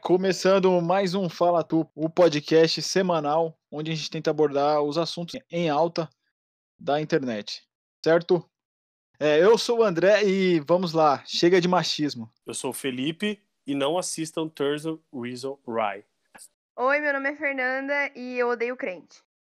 Começando mais um Fala Tu, o podcast semanal, onde a gente tenta abordar os assuntos em alta da internet, certo? Eu sou o André e vamos lá, chega de machismo. Eu sou o Felipe e não assistam Thursday Reason Why. Oi, meu nome é Fernanda e eu odeio crente.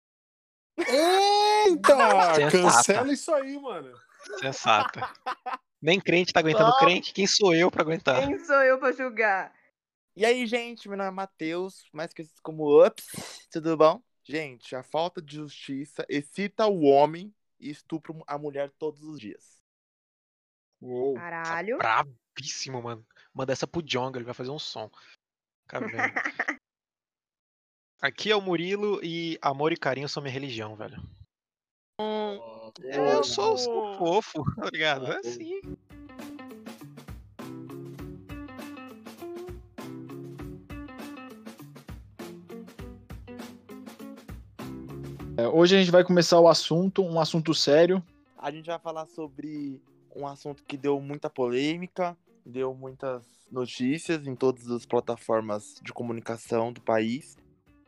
Eita! Sensata. Cancela isso aí, mano. Sensata. Nem crente tá aguentando crente. Quem sou eu pra aguentar? Quem sou eu pra julgar? E aí, gente, meu nome é Matheus, mais conhecido como Ups, tudo bom? Gente, a falta de justiça excita o homem e estupra a mulher todos os dias. Uou. Caralho. Brabíssimo, mano. Manda essa pro Jonga, ele vai fazer um som. Fica vendo. Aqui é o Murilo e amor e carinho são minha religião, velho. Eu sou fofo, tá ligado? É assim. Hoje a gente vai começar um assunto sério. A gente vai falar sobre um assunto que deu muita polêmica, deu muitas notícias em todas as plataformas de comunicação do país.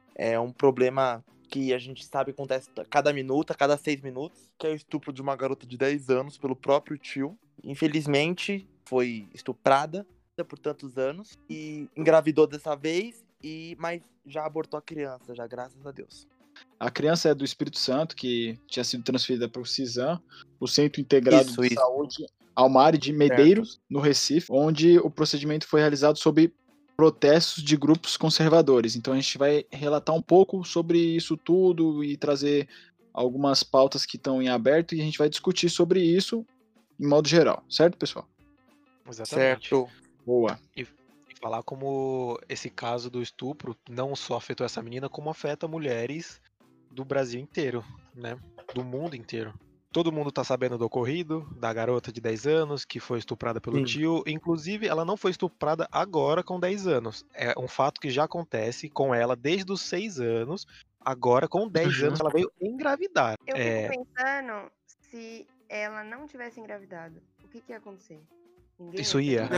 É um problema que a gente sabe que acontece a cada minuto, a cada 6 minutos, que é o estupro de uma garota de 10 anos pelo próprio tio. Infelizmente, foi estuprada por tantos anos e engravidou dessa vez, mas já abortou a criança, já, graças a Deus. A criança é do Espírito Santo, que tinha sido transferida para o CISAM, o Centro Integrado de Saúde Almare de Medeiros, no Recife, onde o procedimento foi realizado sob protestos de grupos conservadores. Então a gente vai relatar um pouco sobre isso tudo e trazer algumas pautas que estão em aberto e a gente vai discutir sobre isso em modo geral, certo, pessoal? Exatamente. Certo. Boa. E falar como esse caso do estupro não só afetou essa menina, como afeta mulheres do Brasil inteiro, né? Do mundo inteiro. Todo mundo tá sabendo do ocorrido, da garota de 10 anos que foi estuprada pelo tio. Inclusive, ela não foi estuprada agora com 10 anos. É um fato que já acontece com ela desde os 6 anos. Agora, com 10 anos, ela veio engravidar. Eu fico pensando, se ela não tivesse engravidado, o que ia acontecer? Ninguém Isso ia.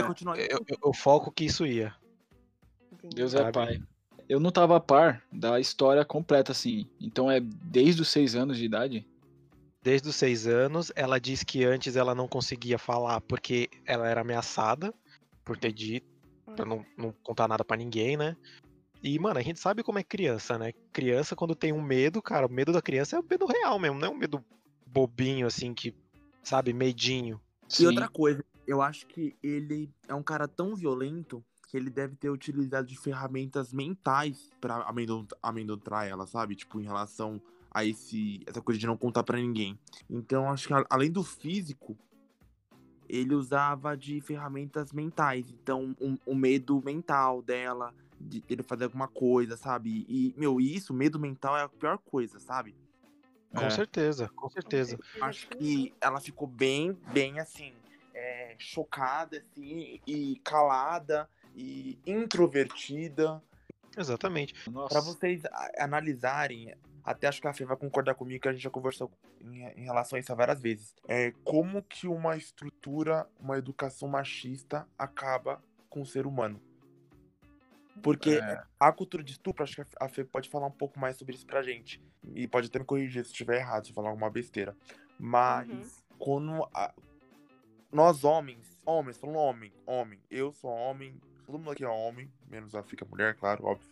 Eu foco que isso ia. Entendi. Deus Sabe? é pai. Eu não tava a par da história completa, assim. Então é desde os 6 anos de idade? Desde os 6 anos, ela diz que antes ela não conseguia falar porque ela era ameaçada por ter dito, pra não contar nada pra ninguém, né? E, mano, a gente sabe como é criança, né? Criança, quando tem um medo, cara, o medo da criança é o medo real mesmo, não é um medo bobinho, assim, que, sabe, medinho. E outra coisa, eu acho que ele é um cara tão violento que ele deve ter utilizado de ferramentas mentais pra amedrontar ela, sabe? Tipo, em relação a essa coisa de não contar pra ninguém. Então, acho que além do físico, ele usava de ferramentas mentais. Então, o medo mental dela, de ele fazer alguma coisa, sabe? E, isso, medo mental é a pior coisa, sabe? Com certeza, com certeza. Acho que ela ficou bem, assim, chocada, assim, e calada, e introvertida. Exatamente. Nossa. Pra vocês analisarem, até acho que a Fê vai concordar comigo, que a gente já conversou em relação a isso várias vezes. Como que uma estrutura, uma educação machista acaba com o ser humano? Porque a cultura de estupro, acho que a Fê pode falar um pouco mais sobre isso pra gente. E pode até me corrigir se estiver errado, se eu falar alguma besteira. Mas quando nós homens, falando homem, eu sou homem, todo mundo aqui é homem, menos a Fê que é mulher, claro, óbvio.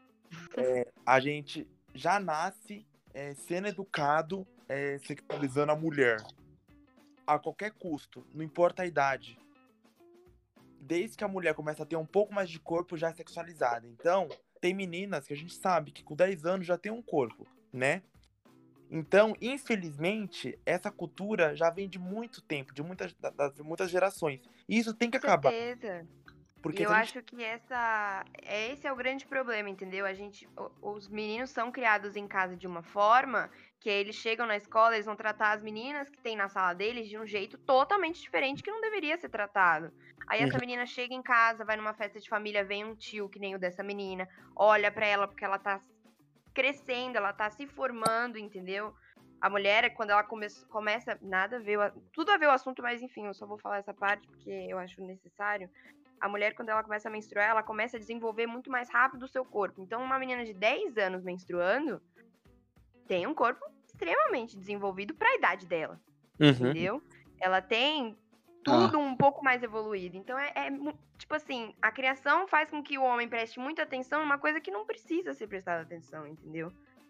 A gente já nasce sendo educado, sexualizando a mulher. A qualquer custo, não importa a idade. Desde que a mulher começa a ter um pouco mais de corpo, já é sexualizada. Então, tem meninas que a gente sabe que com 10 anos já tem um corpo, né? Então, infelizmente, essa cultura já vem de muito tempo, de muitas gerações. E isso tem que acabar. Certeza. Porque E eu acho que esse é o grande problema, entendeu? Os meninos são criados em casa de uma forma que eles chegam na escola, eles vão tratar as meninas que tem na sala deles de um jeito totalmente diferente que não deveria ser tratado. Aí essa menina chega em casa, vai numa festa de família, vem um tio que nem o dessa menina, olha pra ela porque ela tá crescendo, ela tá se formando, entendeu? A mulher, quando ela começa, nada a ver, tudo a ver o assunto, mas enfim, eu só vou falar essa parte porque eu acho necessário. a mulher, quando ela começa a menstruar, ela começa a desenvolver muito mais rápido o seu corpo. Então, uma menina de 10 anos menstruando tem um corpo extremamente desenvolvido para a idade dela, entendeu? Ela tem tudo um pouco mais evoluído. Então, tipo assim, a criação faz com que o homem preste muita atenção numa coisa que não precisa ser prestada atenção, entendeu?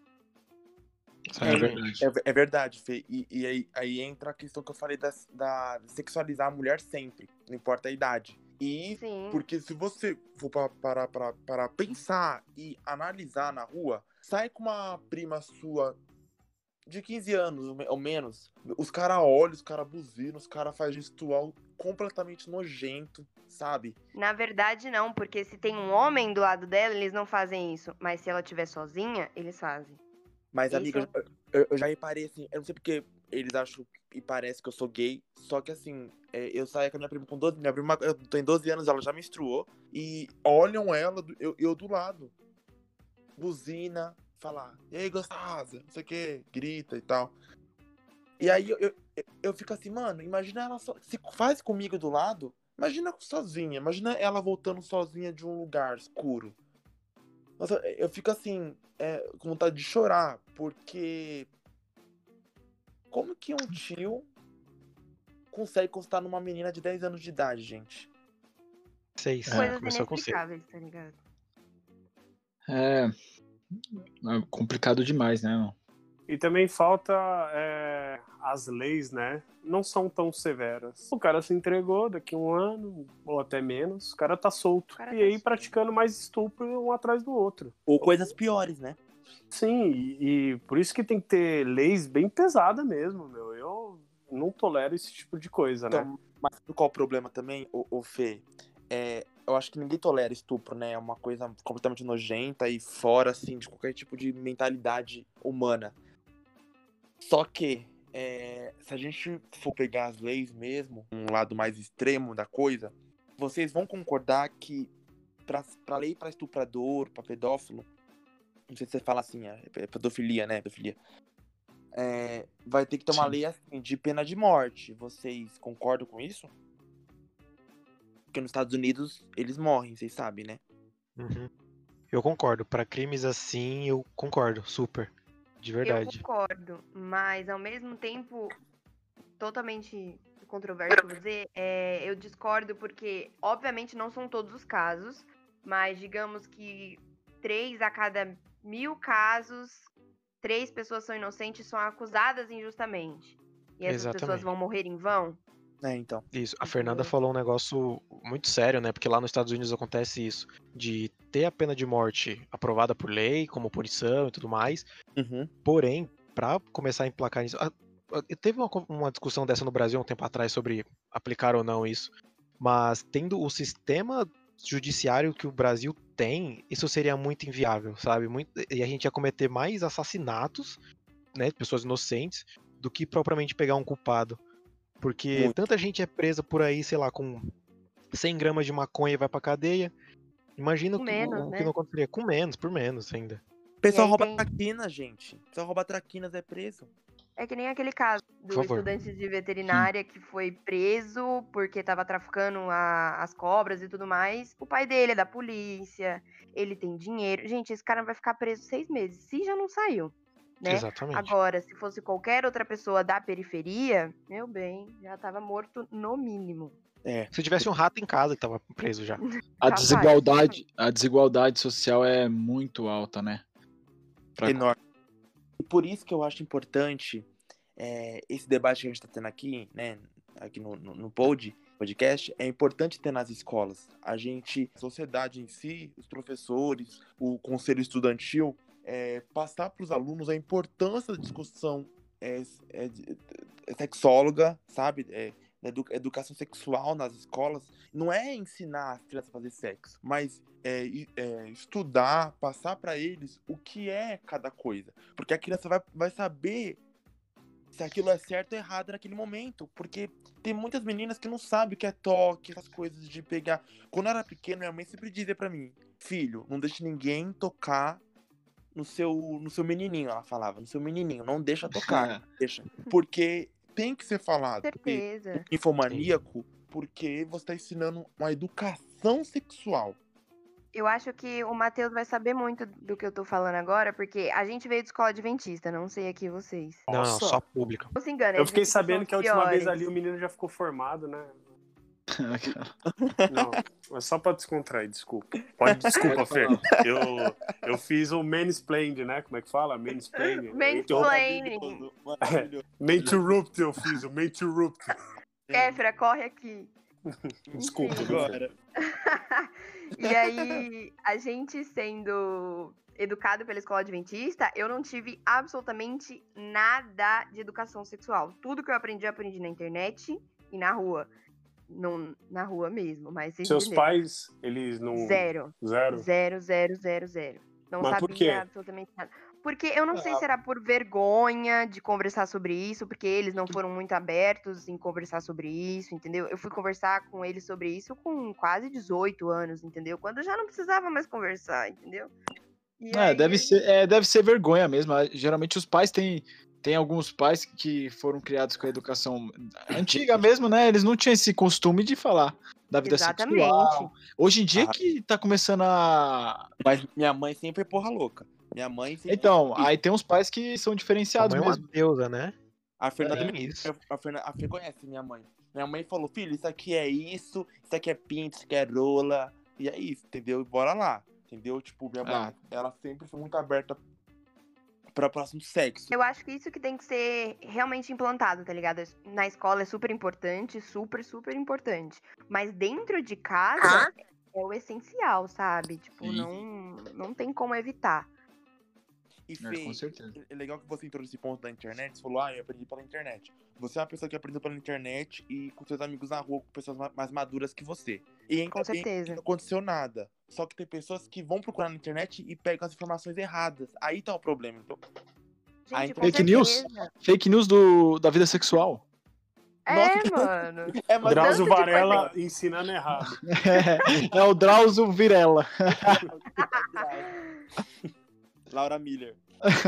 É verdade. É verdade, Fê. E aí entra a questão que eu falei da sexualizar a mulher sempre, não importa a idade. E Sim. porque se você for para pensar e analisar na rua, sai com uma prima sua de 15 anos ou menos, os caras olham, os caras buzinam, os caras fazem gestual completamente nojento, sabe? Na verdade, não, porque se tem um homem do lado dela, eles não fazem isso. Mas se ela estiver sozinha, eles fazem. Mas, Isso amiga, eu já reparei, assim, eu não sei porque eles acham e parece que eu sou gay, só que, assim, eu saio com a minha prima com 12, minha prima tem 12 anos, ela já menstruou, e olham ela, eu do lado, buzina, falar, e aí, gostosa, não sei o que, grita e tal. E aí eu fico assim, mano, imagina ela se faz comigo do lado, imagina sozinha, imagina ela voltando sozinha de um lugar escuro. Nossa, eu fico assim, com vontade de chorar, porque como que um tio consegue encostar numa menina de 10 anos de idade, gente? 6. Coisas Começou com 6. inexplicáveis, tá ligado? É complicado demais, né, mano? E também falta as leis, né? Não são tão severas. O cara se entregou daqui a um ano, ou até menos, o cara tá solto. E aí praticando mais estupro um atrás do outro. Ou coisas piores, né? Sim, e por isso que tem que ter leis bem pesadas mesmo, meu. Eu não tolero esse tipo de coisa, né? Então, mas qual o problema também, o Fê? Eu acho que ninguém tolera estupro, né? É uma coisa completamente nojenta e fora, assim, de qualquer tipo de mentalidade humana. Só que, se a gente for pegar as leis mesmo, um lado mais extremo da coisa, vocês vão concordar que pra lei pra estuprador, pra pedófilo, não sei se você fala assim, é pedofilia, né? Pedofilia. Vai ter que ter uma lei assim, de pena de morte. Vocês concordam com isso? Porque nos Estados Unidos eles morrem, vocês sabem, né? Uhum. Eu concordo. Pra crimes assim, eu concordo. Super. De verdade. Eu concordo, mas ao mesmo tempo, totalmente controverso, vou dizer, eu discordo porque, obviamente, não são todos os casos, mas digamos que 3 a cada 1000 casos, 3 pessoas são inocentes e são acusadas injustamente. E essas pessoas vão morrer em vão? Então. Isso. A Fernanda falou um negócio muito sério, né? Porque lá nos Estados Unidos acontece isso. De ter a pena de morte aprovada por lei, como punição e tudo mais. Uhum. Porém, pra começar a emplacar isso... Teve uma discussão dessa no Brasil há um tempo atrás sobre aplicar ou não isso. Mas tendo o sistema judiciário que o Brasil tem, isso seria muito inviável, sabe? E a gente ia cometer mais assassinatos, né? Pessoas inocentes, do que propriamente pegar um culpado. Porque tanta gente é presa por aí, sei lá, com 100 gramas de maconha e vai pra cadeia. Imagina o que não aconteceria. Com menos, por menos ainda. O pessoal rouba traquinas, gente. O pessoal rouba traquinas, é preso. É que nem aquele caso do estudante de veterinária que foi preso porque tava traficando as cobras e tudo mais. O pai dele é da polícia, ele tem dinheiro. Gente, esse cara vai ficar preso 6 meses, se já não saiu, né? Exatamente. Agora, se fosse qualquer outra pessoa da periferia, meu bem, já tava morto no mínimo. Se tivesse um rato em casa que tava preso já. A desigualdade social é muito alta, né? Enorme. E por isso que eu acho importante esse debate que a gente está tendo aqui, né? Aqui no podcast, é importante ter nas escolas. A sociedade em si, os professores, o conselho estudantil, passar para os alunos a importância da discussão sexóloga, sabe? Da educação sexual nas escolas. Não é ensinar as crianças a fazer sexo, mas estudar, passar para eles o que é cada coisa. Porque a criança vai saber se aquilo é certo ou errado naquele momento. Porque tem muitas meninas que não sabem o que é toque, essas coisas de pegar. Quando eu era pequeno, minha mãe sempre dizia pra mim: filho, não deixe ninguém tocar no seu menininho. Ela falava, no seu menininho, não deixa tocar, deixa. Porque tem que ser falado. Certeza. O infomaníaco, porque você tá ensinando uma educação sexual. Eu acho que o Matheus vai saber muito do que eu tô falando agora, porque a gente veio de escola adventista, não sei aqui vocês. Não, Nossa. só pública. Não se engana, Eu fiquei adventistas são sabendo os que a última vez piores. ali o menino já ficou formado, né? Não, mas só pra descontrair, desculpa. Desculpa, Fê. Eu fiz o mansplaining, né? Como é que fala? Mansplaining. Mansplaining. Manturupt eu fiz, o Manturupt. Kéfera, corre aqui. Desculpa, Enfim. agora. E aí, a gente sendo educado pela escola adventista, eu não tive absolutamente nada de educação sexual. Tudo que eu aprendi na internet e na rua. Não, na rua mesmo, mas vocês Seus entenderam. pais, eles não... Zero. Zero? Zero. Não Mas por quê? sabia absolutamente nada. Porque eu não sei se era por vergonha de conversar sobre isso, porque eles não foram muito abertos em conversar sobre isso, entendeu? Eu fui conversar com eles sobre isso com quase 18 anos, entendeu? Quando eu já não precisava mais conversar, entendeu? E aí, Deve ser vergonha mesmo. Geralmente os pais tem alguns pais que foram criados com a educação antiga mesmo, né? Eles não tinham esse costume de falar da vida sexual. Hoje em dia que tá começando a... Mas minha mãe sempre é porra louca. Minha mãe sempre... Então, aí tem uns pais que são diferenciados A mãe é mesmo. uma deusa, né? A Fernanda isso. A Fê conhece minha mãe. Minha mãe falou, filho, isso aqui é isso aqui é pinto, isso aqui é rola. E é isso, entendeu? E bora lá. Entendeu? Tipo, minha mãe, ela sempre foi muito aberta para o próximo sexo. Eu acho que isso que tem que ser realmente implantado, tá ligado? Na escola é super importante, super importante. Mas dentro de casa é o essencial, sabe? Tipo, não tem como evitar. E Fê, com certeza. É legal que você entrou nesse ponto da internet, você falou, eu aprendi pela internet. Você é uma pessoa que aprendeu pela internet e com seus amigos na rua, com pessoas mais maduras que você. E ainda Com certeza. não aconteceu nada. Só que tem pessoas que vão procurar na internet e pegam as informações erradas. Aí tá o problema, então. Gente, com Fake news? certeza. Fake news da vida sexual. Mano. Mas Drauzio Varela ensinando errado. É o Drauzio Virela. Laura Miller.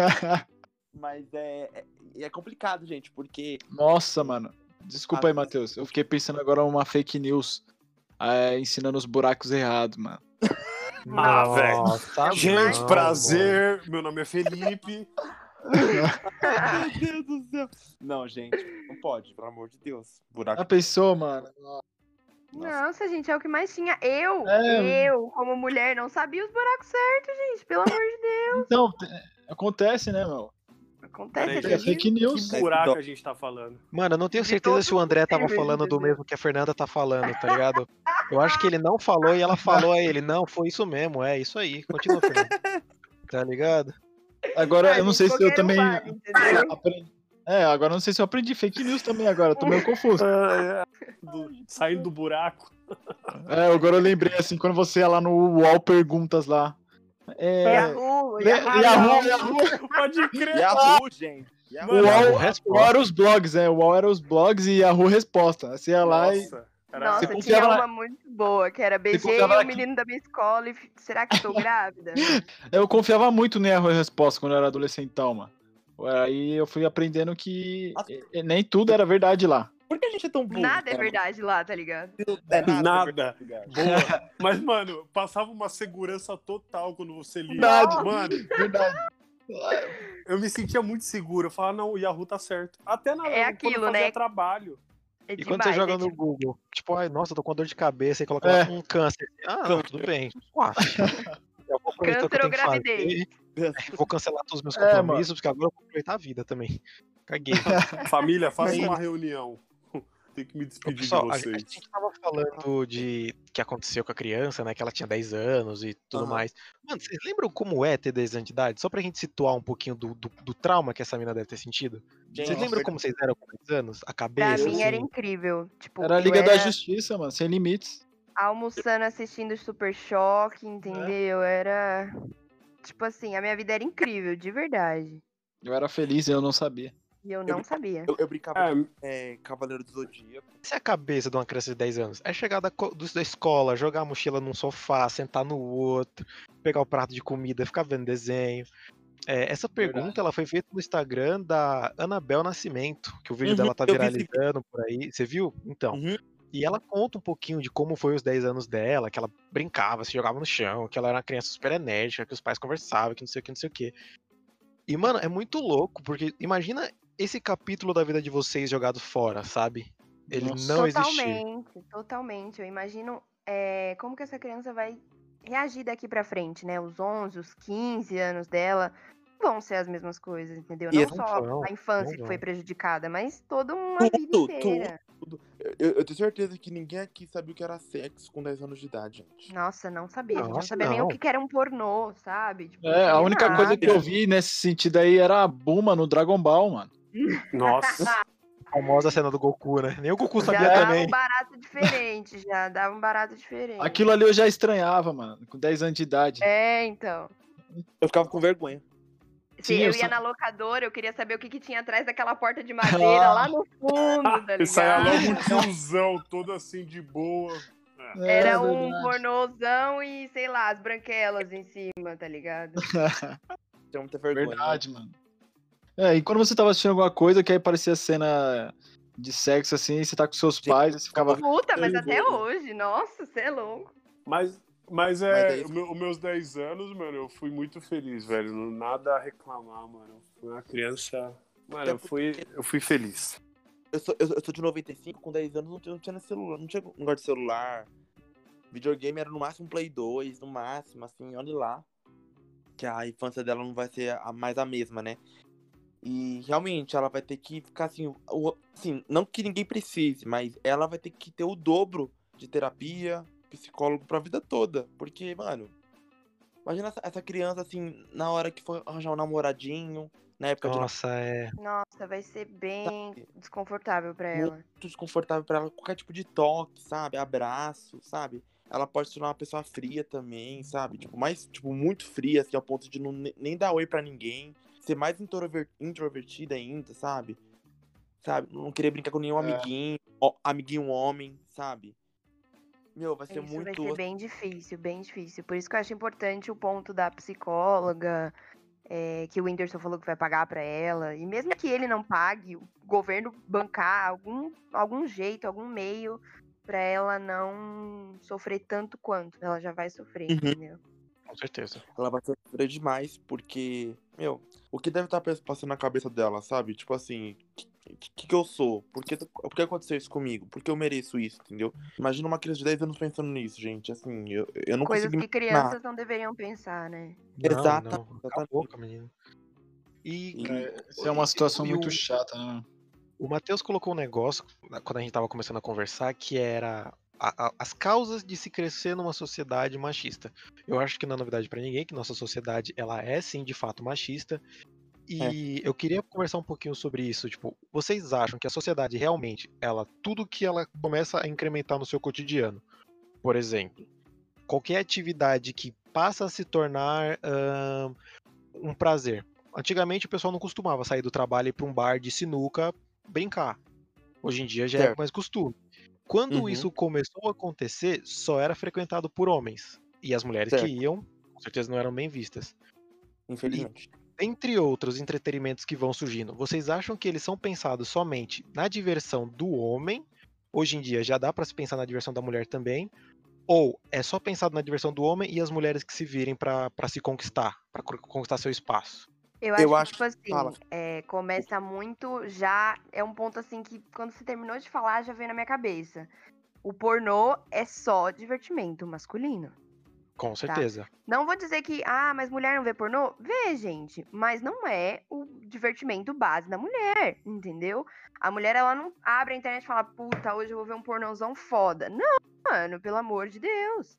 Mas é complicado, gente, porque... Nossa, mano. Desculpa aí, Matheus. Eu fiquei pensando agora uma fake news ensinando os buracos errados, mano. Velho. Tá Gente, bom, prazer. Meu nome é Felipe. Meu Deus do céu. Não, gente, não pode, pelo amor de Deus. Buraco. Já pensou, mano? Nossa, gente, é o que mais tinha. Eu, como mulher, não sabia os buracos certos, gente. Pelo amor de Deus. Então, acontece, né, meu? Acontece, Peraí, É fake news. Que buraco a gente tá falando? Mano, eu não tenho De certeza todo se o André tava mundo, falando do entendeu? mesmo que a Fernanda tá falando, tá ligado? Eu acho que ele não falou e ela falou a ele. Não, foi isso mesmo, é isso aí. Continua, Fernanda. Tá ligado? Agora, Ah, eu não gente, sei se eu qualquer um também vale, entendeu? aprendi. Agora eu não sei se eu aprendi fake news também agora. Tô meio confuso. Saindo do buraco. Agora eu lembrei, assim, quando você ia lá no UOL Perguntas lá. Yahoo. Yahoo. Pode crer. Yahoo, gente. O UOL era os blogs, O UOL era os blogs e Yahoo Resposta. Você ia lá e... Nossa, Você tinha confiava uma muito boa, que era beijei confiava o menino da minha escola e será que estou grávida? Eu confiava muito no Yahoo Resposta quando eu era adolescentão, mano. Aí eu fui aprendendo que nem tudo era verdade lá. Por que a gente é tão burro? Nada é verdade lá, tá ligado? Nada. Boa. Mas, mano, passava uma segurança total quando você lia. Verdade. Mano, Verdade. eu me sentia muito seguro. Eu falava, não, o Yahoo tá certo. Até quando aquilo, eu fazia né? trabalho. É E quando você joga no Google, tipo, ai, nossa, tô com dor de cabeça, e coloca lá um câncer. Não, tudo bem. Eu vou aproveitar o que eu tenho que fazer. Vou cancelar todos os meus compromissos, porque agora eu vou aproveitar a vida também. Caguei. Família, faça uma reunião. Tem que me despedir Pessoal, de vocês. A gente tava falando de que aconteceu com a criança, né? Que ela tinha 10 anos e tudo mais. Mano, vocês lembram como é ter 10 anos de idade? Só pra gente situar um pouquinho do trauma que essa mina deve ter sentido. Vocês lembram como vocês eram com 10 anos? A cabeça? Pra mim era assim? incrível. Tipo, Era a Liga da Justiça, mano, sem limites. Almoçando, assistindo Super Choque, entendeu? Era... Tipo assim, a minha vida era incrível, de verdade. Eu era feliz e eu não sabia. E eu não sabia. Eu brincava Cavaleiro do Zodíaco. Essa é a cabeça de uma criança de 10 anos. É chegar da escola, jogar a mochila num sofá, sentar no outro, pegar o prato de comida, ficar vendo desenho. Essa pergunta ela foi feita no Instagram da Anabel Nascimento, que o vídeo dela tá viralizando por aí. Você viu? Então, E ela conta um pouquinho de como foi os 10 anos dela, que ela brincava, se jogava no chão, que ela era uma criança super enérgica, que os pais conversavam, que não sei o que, não sei o que. E, mano, é muito louco, porque imagina esse capítulo da vida de vocês jogado fora, sabe? Ele não existir. Totalmente. Eu imagino como que essa criança vai reagir daqui pra frente, né? Os 11, os 15 anos dela vão ser as mesmas coisas, entendeu? E Não só a infância que foi prejudicada, mas toda uma vida inteira. Tudo. Eu tenho certeza que ninguém aqui sabia o que era sexo com 10 anos de idade, gente. Nossa, não sabia. A gente não Nossa, sabia nem o não. que era um pornô, sabe? Tipo, não A sabia única coisa nada. que eu vi nesse sentido aí era a Bulma no Dragon Ball, mano. Nossa. A famosa cena do Goku, né? Nem o Goku Já sabia dava também. um barato diferente, já dava um barato diferente. Aquilo ali eu já estranhava, mano, com 10 anos de idade. Então. Eu ficava com vergonha. Se Sim, eu eu ia só- na locadora, eu queria saber o que tinha atrás daquela porta de madeira lá no fundo, tá E saia logo ligado? um tiozão, todo assim de boa. Era um verdade. pornozão e, sei lá, as branquelas em cima, tá ligado? Tinha muita vergonha. Verdade, mano. E quando você tava assistindo alguma coisa que aí parecia cena de sexo assim, você tá com seus pais, aí você ficava. Puta, mas até hoje, nossa, você é louco. Mas aí- os meus 10 anos, mano, eu fui muito feliz, velho. Nada a reclamar, mano. Eu fui uma criança. Mano, eu fui feliz. Eu sou de 95, com 10 anos não tinha celular, não tinha negócio de celular. Videogame era no máximo um Play 2, no máximo, assim, olha lá. Que a infância dela não vai ser mais a mesma, né? E realmente ela vai ter que ficar assim, assim, não que ninguém precise, mas ela vai ter que ter o dobro de terapia, psicólogo pra vida toda. Porque, mano, imagina essa criança assim, na hora que for arranjar um namoradinho, na época de Nossa, Nossa, vai ser bem desconfortável pra ela. muito desconfortável pra ela, qualquer tipo de toque, sabe? Abraço, sabe? Ela pode se tornar uma pessoa fria também, sabe? Tipo, muito fria, assim, ao ponto de nem dar oi pra ninguém. Ser mais introvertida ainda, sabe? Não querer brincar com nenhum amiguinho homem, sabe? Meu, vai ser Isso muito... vai ser bem difícil, bem difícil. Por isso que eu acho importante o ponto da psicóloga, que o Whindersson falou que vai pagar pra ela. E mesmo que ele não pague, o governo bancar algum jeito, algum meio pra ela não sofrer tanto quanto ela já vai sofrer, entendeu? com certeza. Ela vai sofrer demais, porque, meu, o que deve estar passando na cabeça dela, sabe? Tipo assim, o que eu sou? Por que aconteceu isso comigo? Por que eu mereço isso, entendeu? Imagina uma criança de 10 anos pensando nisso, gente. Assim, eu não Coisas consigo que crianças não deveriam pensar, né? Exatamente. Acabou, menino. E Isso é uma situação e muito chata, né? o Matheus colocou um negócio, quando a gente tava começando a conversar, que era as causas de se crescer numa sociedade machista. Eu acho que não é novidade pra ninguém que nossa sociedade, ela é sim de fato machista. E eu queria conversar um pouquinho sobre isso. Tipo, vocês acham que a sociedade realmente, tudo que ela começa a incrementar no seu cotidiano, por exemplo, qualquer atividade que passa a se tornar um prazer. Antigamente o pessoal não costumava sair do trabalho e ir pra um bar de sinuca brincar. Hoje em dia já é mais costume. Quando isso começou a acontecer, só era frequentado por homens. E as mulheres que iam, com certeza não eram bem vistas. Infelizmente. E, entre outros entretenimentos que vão surgindo, vocês acham que eles são pensados somente na diversão do homem? Hoje em dia já dá pra se pensar na diversão da mulher também? Ou é só pensado na diversão do homem e as mulheres que se virem pra se conquistar, pra conquistar seu espaço? Eu acho que, tipo assim, começa muito já. É um ponto assim que quando você terminou de falar, já veio na minha cabeça. O pornô é só divertimento masculino. Com certeza. Tá? Não vou dizer que, mas mulher não vê pornô? Vê, gente. Mas não é o divertimento base da mulher, entendeu? A mulher, ela não abre a internet e fala, puta, hoje eu vou ver um pornôzão foda. Não, mano, pelo amor de Deus.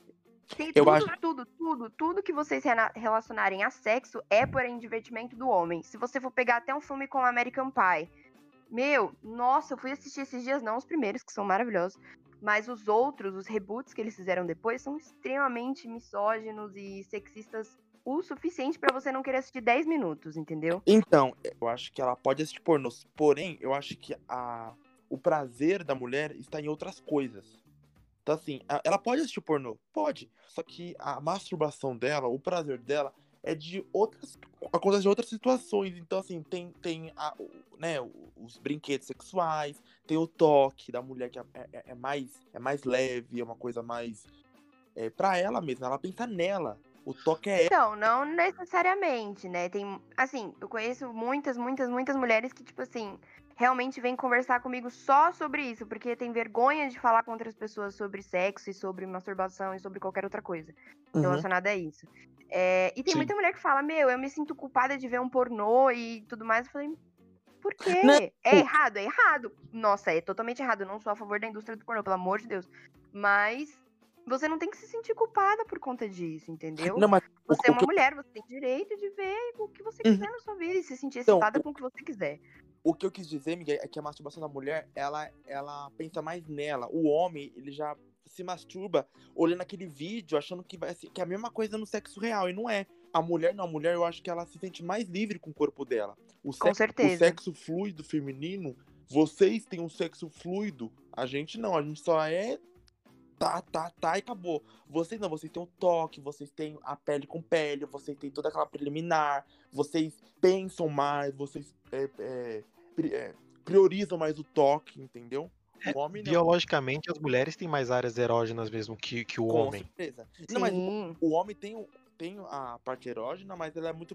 Tudo que vocês relacionarem a sexo é porém divertimento do homem. Se você for pegar até um filme como American Pie, nossa, eu fui assistir esses dias, não os primeiros, que são maravilhosos, mas os outros, os reboots que eles fizeram depois, são extremamente misóginos e sexistas o suficiente pra você não querer assistir 10 minutos, entendeu? Então, eu acho que ela pode assistir pornô, porém, eu acho que o prazer da mulher está em outras coisas. Então, assim, ela pode assistir pornô? Pode. Só que a masturbação dela, o prazer dela, é de outras. Acontece de outras situações. Então, assim, tem né, os brinquedos sexuais, tem o toque da mulher que é mais leve, é uma coisa mais. Pra ela mesma, ela pensa nela. O toque é Então, não necessariamente, né? Tem, assim, eu conheço muitas mulheres que, tipo assim, realmente vêm conversar comigo só sobre isso, porque tem vergonha de falar com outras pessoas sobre sexo e sobre masturbação e sobre qualquer outra coisa relacionada a isso. E tem Sim. muita mulher que fala, eu me sinto culpada de ver um pornô e tudo mais. Eu falei, por quê? Não. É errado? É errado. Nossa, é totalmente errado. Eu não sou a favor da indústria do pornô, pelo amor de Deus. Mas você não tem que se sentir culpada por conta disso, entendeu? Não, mas Você é uma mulher, você tem direito de ver o que você quiser na sua vida e se sentir excitada com o que você quiser. O que eu quis dizer, Miguel, é que a masturbação da mulher, ela pensa mais nela. O homem, ele já se masturba olhando aquele vídeo, achando que que é a mesma coisa no sexo real, e não é. A mulher, não, a mulher, eu acho que ela se sente mais livre com o corpo dela. Com certeza. O sexo fluido feminino, vocês têm um sexo fluido, a gente não, a gente só é tá, e acabou. Vocês não, vocês têm o toque, vocês têm a pele com pele, vocês têm toda aquela preliminar, vocês pensam mais, vocês priorizam mais o toque, entendeu? O homem não. Biologicamente, as mulheres têm mais áreas erógenas mesmo que o Com homem. certeza. Sim. Não, mas o homem tem a parte erógena, mas ela é muito.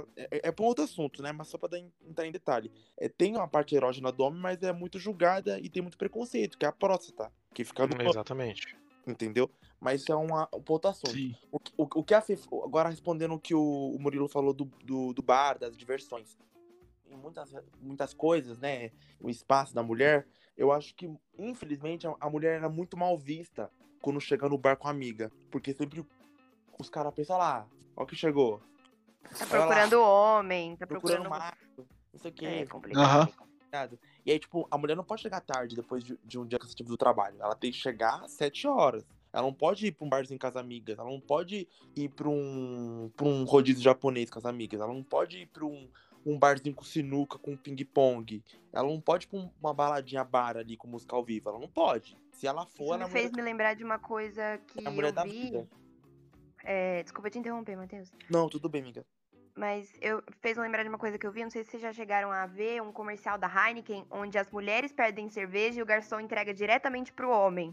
É para um outro assunto, né? Mas só pra entrar em detalhe. Tem uma parte erógena do homem, mas é muito julgada e tem muito preconceito, que é a próstata. Que fica no Exatamente. Entendeu? Mas isso é um outro assunto. Sim. O que a Fê, agora respondendo o que o Murilo falou do bar, das diversões. Em muitas coisas, né? O espaço da mulher, eu acho que, infelizmente, a mulher era muito mal vista quando chega no bar com a amiga. Porque sempre os caras pensam lá, ó que chegou. Tá procurando homem, tá Procurando procurando macho, não sei o que. É complicado. E aí, tipo, a mulher não pode chegar tarde depois de um dia cansativo do trabalho. Ela tem que chegar às 7 horas. Ela não pode ir pra um barzinho com as amigas. Ela não pode ir pra um rodízio japonês com as amigas. Ela não pode ir pra um barzinho com sinuca, com ping-pong. Ela não pode ir pra uma baladinha bar ali com música ao vivo. Ela não pode. Se ela for, Isso ela me fez me lembrar de uma coisa que é a mulher eu da vi. vida. Desculpa te interromper, Matheus. Não, tudo bem, amiga. Mas fez lembrar de uma coisa que eu vi, não sei se vocês já chegaram a ver, um comercial da Heineken, onde as mulheres pedem cerveja e o garçom entrega diretamente pro homem.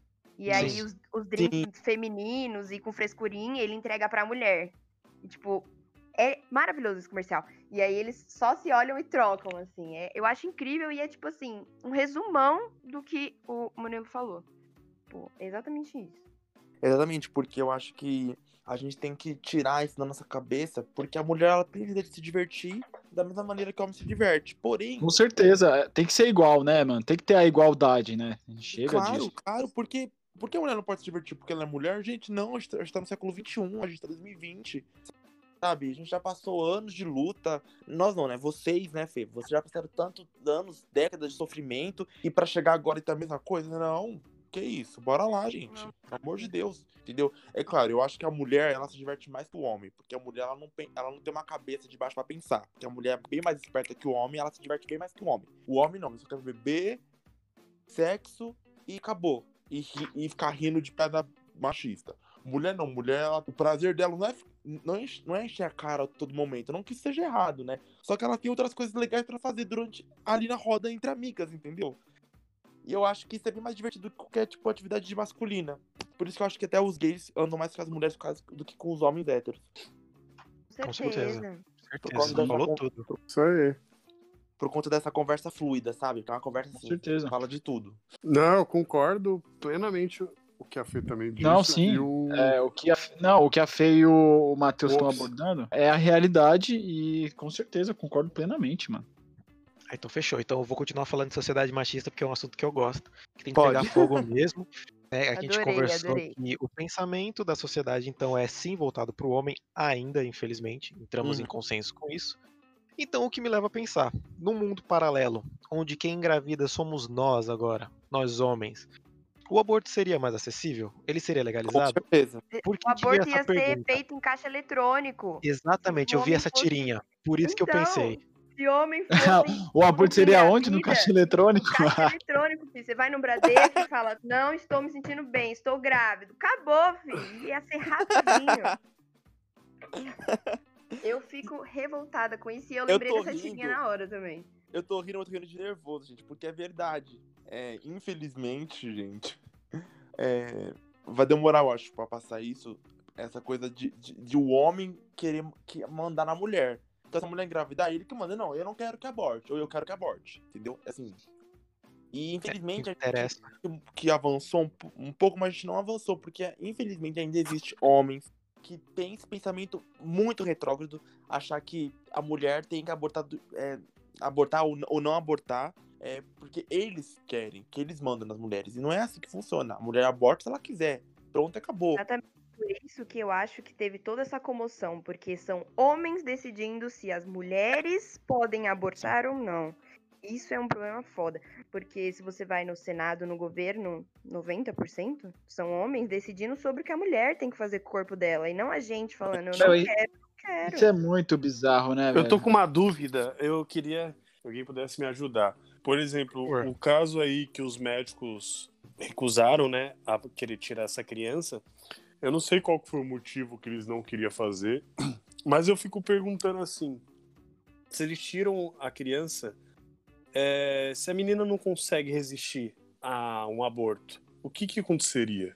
E aí os drinks femininos e com frescurinha, ele entrega pra mulher. E, tipo, é maravilhoso esse comercial. E aí eles só se olham e trocam, assim. Eu acho incrível e é, tipo assim, um resumão do que o Murilo falou. Pô, é exatamente isso. Exatamente, porque eu acho que a gente tem que tirar isso da nossa cabeça, porque a mulher, ela precisa de se divertir da mesma maneira que o homem se diverte. Porém... Com certeza, tem que ser igual, né, mano? Tem que ter a igualdade, né? Chega disso. Claro, porque a mulher não pode se divertir porque ela é mulher? Gente, não, a gente tá no século XXI, a gente tá em 2020, sabe? A gente já passou anos de luta, nós não, né? Vocês, né, Fê? Vocês já passaram tantos anos, décadas de sofrimento, e pra chegar agora e ter a mesma coisa? Não, que isso, bora lá, gente. Pelo amor de Deus, entendeu? É claro, eu acho que a mulher, ela se diverte mais que o homem, porque a mulher, ela não tem uma cabeça de baixo pra pensar, porque a mulher é bem mais esperta que o homem, ela se diverte bem mais que o homem. O homem não, ele só quer beber, sexo e acabou. E ficar rindo de pedra machista. Mulher não, mulher, o prazer dela não é encher a cara a todo momento, não que isso seja errado, né? Só que ela tem outras coisas legais pra fazer ali na roda entre amigas, entendeu? E eu acho que isso é bem mais divertido do que qualquer tipo de atividade masculina. Por isso que eu acho que até os gays andam mais com as mulheres do que com os homens héteros. Com certeza. Falou tudo. Isso aí. Por conta dessa conversa fluida, sabe? Que é uma conversa assim, Com certeza. fala de tudo. Não, eu concordo plenamente o que a Fê também disse. Não, sim. O que a Fê e o Matheus estão abordando é a realidade e com certeza, eu concordo plenamente, mano. Então fechou. Então eu vou continuar falando de sociedade machista porque é um assunto que eu gosto. Que tem que pegar fogo mesmo. A gente conversou que o pensamento da sociedade, então, é sim voltado para o homem ainda, infelizmente. Entramos em consenso com isso. Então, o que me leva a pensar, num mundo paralelo, onde quem engravida somos nós agora, nós homens, o aborto seria mais acessível? Ele seria legalizado? Com certeza. O aborto ia ser feito em caixa eletrônico. Exatamente, eu vi essa tirinha, por isso que eu pensei. Se homem fosse... O aborto seria onde? No caixa eletrônico? No caixa eletrônico, filho. Você vai no Bradesco e fala, não estou me sentindo bem, estou grávido. Acabou, filho. Ia ser rapidinho. Eu fico revoltada com isso e eu lembrei dessa tirinha na hora também. Eu tô rindo de nervoso, gente, porque é verdade. Infelizmente, gente, vai demorar, eu acho, pra passar isso. Essa coisa de o homem querer mandar na mulher. Então, se a mulher engravidar, ele que manda. Não, eu não quero que aborte, ou eu quero que aborte, entendeu? Assim. E, infelizmente, a gente que avançou um pouco, mas a gente não avançou, porque, infelizmente, ainda existe homens que têm esse pensamento muito retrógrado, achar que a mulher tem que abortar ou não abortar, porque eles querem, que eles mandam nas mulheres. E não é assim que funciona. A mulher aborta se ela quiser. Pronto, acabou. Exatamente por isso que eu acho que teve toda essa comoção, porque são homens decidindo se as mulheres podem abortar ou não. Isso é um problema foda, porque se você vai no Senado, no governo, 90% são homens decidindo sobre o que a mulher tem que fazer com o corpo dela, e não a gente falando, eu não quero. Isso é muito bizarro, né, velho? Eu tô com uma dúvida, eu queria que alguém pudesse me ajudar. Por exemplo, o caso aí que os médicos recusaram, né, a querer tirar essa criança, eu não sei qual foi o motivo que eles não queriam fazer, mas eu fico perguntando assim, se eles tiram a criança, se a menina não consegue resistir a um aborto, o que aconteceria?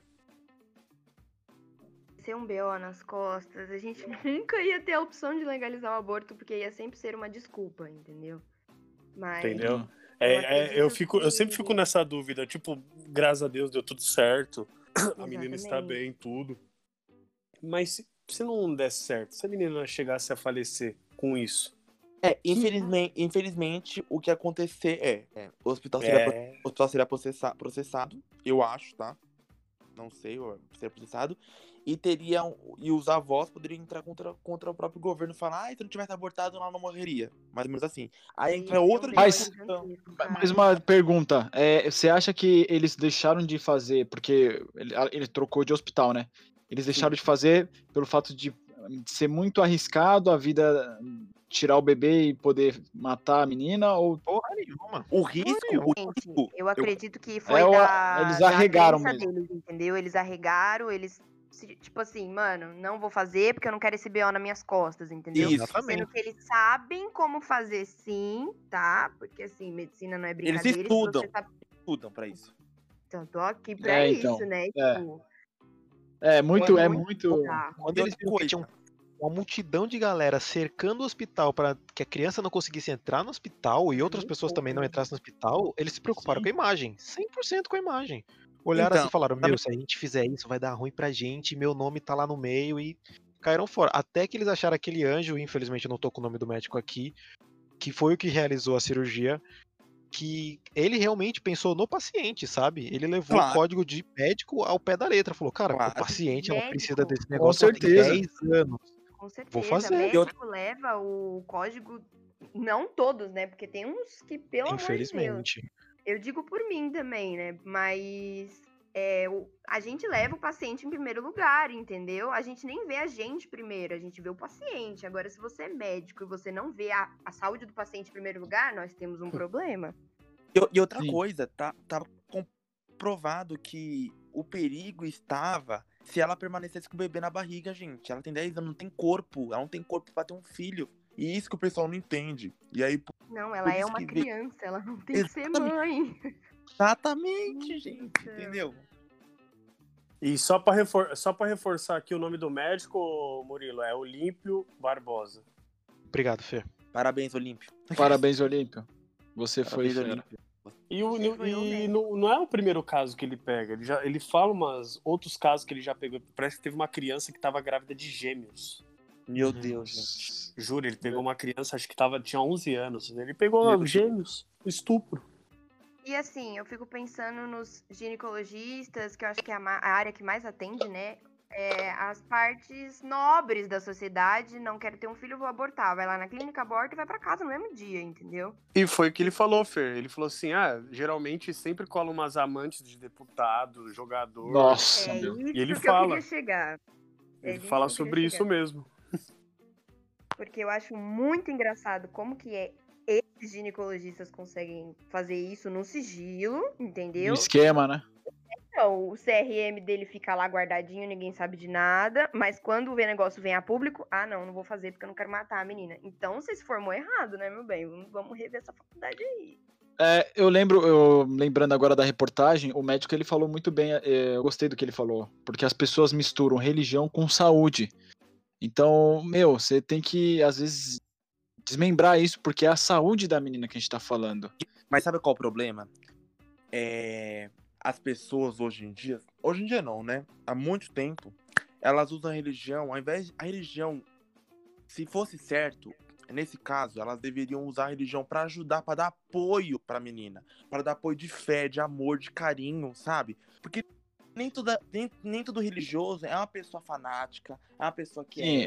Ser um BO nas costas, a gente nunca ia ter a opção de legalizar o aborto, porque ia sempre ser uma desculpa, entendeu? Mas... Entendeu? Eu sempre fico nessa dúvida, tipo, graças a Deus deu tudo certo, a menina está bem, tudo. Mas se não desse certo, se a menina chegasse a falecer com isso? Infelizmente, o que ia acontecer o hospital seria processado, eu acho, tá? Não sei, seria processado. E os avós poderiam entrar contra o próprio governo e falar, se não tivesse abortado, ela não morreria. Mais ou menos assim. Aí entra outra discussão. Mais uma pergunta. Você acha que eles deixaram de fazer, porque ele trocou de hospital, né? Eles deixaram de fazer pelo fato de ser muito arriscado a vida, tirar o bebê e poder matar a menina, ou porra nenhuma? O risco. Eu acredito que foi eles arregaram mesmo. deles, entendeu? Eles arregaram, tipo assim, mano, não vou fazer porque eu não quero esse BO nas minhas costas, entendeu? Exatamente. Sendo que eles sabem como fazer sim, tá? Porque assim, medicina não é brincadeira. Eles estudam pra isso. Então, tô aqui pra isso, né? Tipo... Quando eles viram que tinha uma multidão de galera cercando o hospital para que a criança não conseguisse entrar no hospital e outras pessoas também não entrassem no hospital, eles se preocuparam com a imagem, 100% com a imagem. Olharam assim e falaram, se a gente fizer isso vai dar ruim pra gente, meu nome tá lá no meio, e caíram fora. Até que eles acharam aquele anjo, infelizmente eu não tô com o nome do médico aqui, que foi o que realizou a cirurgia, que ele realmente pensou no paciente, sabe? Ele levou o código de médico ao pé da letra, falou, cara, o paciente ela precisa desse negócio há 10 anos. Com certeza, vou fazer. O médico leva o código, não todos, né? Porque tem uns que, pelo amor de Deus. Eu digo por mim também, né? Mas a gente leva o paciente em primeiro lugar, entendeu? A gente nem vê a gente primeiro, a gente vê o paciente. Agora, se você é médico e você não vê a saúde do paciente em primeiro lugar, nós temos um problema. E outra coisa, tá comprovado que o perigo estava se ela permanecesse com o bebê na barriga, gente. Ela tem 10 anos, não tem corpo. Ela não tem corpo pra ter um filho. E isso que o pessoal não entende. E aí, não, ela é uma criança, ela não tem que ser mãe. Exatamente, gente. Entendeu? E só pra reforçar aqui o nome do médico, Murilo, é Olímpio Barbosa. Obrigado, Fê. Parabéns, Olímpio. Parabéns, Olímpio. Você foi Olímpio. E não é o primeiro caso que ele pega. Ele fala outros casos que ele já pegou. Parece que teve uma criança que tava grávida de gêmeos. Meu Deus, gente. Juro, ele pegou uma criança, acho que tinha 11 anos. Ele pegou gêmeos, estupro. E assim, eu fico pensando nos ginecologistas, que eu acho que é a área que mais atende, né? As partes nobres da sociedade, não quero ter um filho, vou abortar. Vai lá na clínica, aborta e vai pra casa no mesmo dia, entendeu? E foi o que ele falou, Fer. Ele falou assim, geralmente sempre colam umas amantes de deputado, jogador. Nossa, meu. E ele fala. Eu queria chegar. Ele fala sobre isso mesmo. Porque eu acho muito engraçado como que esses ginecologistas conseguem fazer isso no sigilo, entendeu? No esquema, né? Então, o CRM dele fica lá guardadinho, ninguém sabe de nada, mas quando o negócio vem a público, não vou fazer porque eu não quero matar a menina. Então, você se formou errado, né, meu bem? Vamos rever essa faculdade aí. Lembrando agora da reportagem, o médico ele falou muito bem, eu gostei do que ele falou, porque as pessoas misturam religião com saúde. Então, você tem que, às vezes, desmembrar isso, porque é a saúde da menina que a gente tá falando. Mas sabe qual é o problema? As pessoas hoje em dia não, né? Há muito tempo, elas usam a religião, ao invés de a religião, se fosse certo, nesse caso, elas deveriam usar a religião pra ajudar, pra dar apoio pra menina, pra dar apoio de fé, de amor, de carinho, sabe? Porque nem todo religioso é uma pessoa fanática, é uma pessoa que Sim,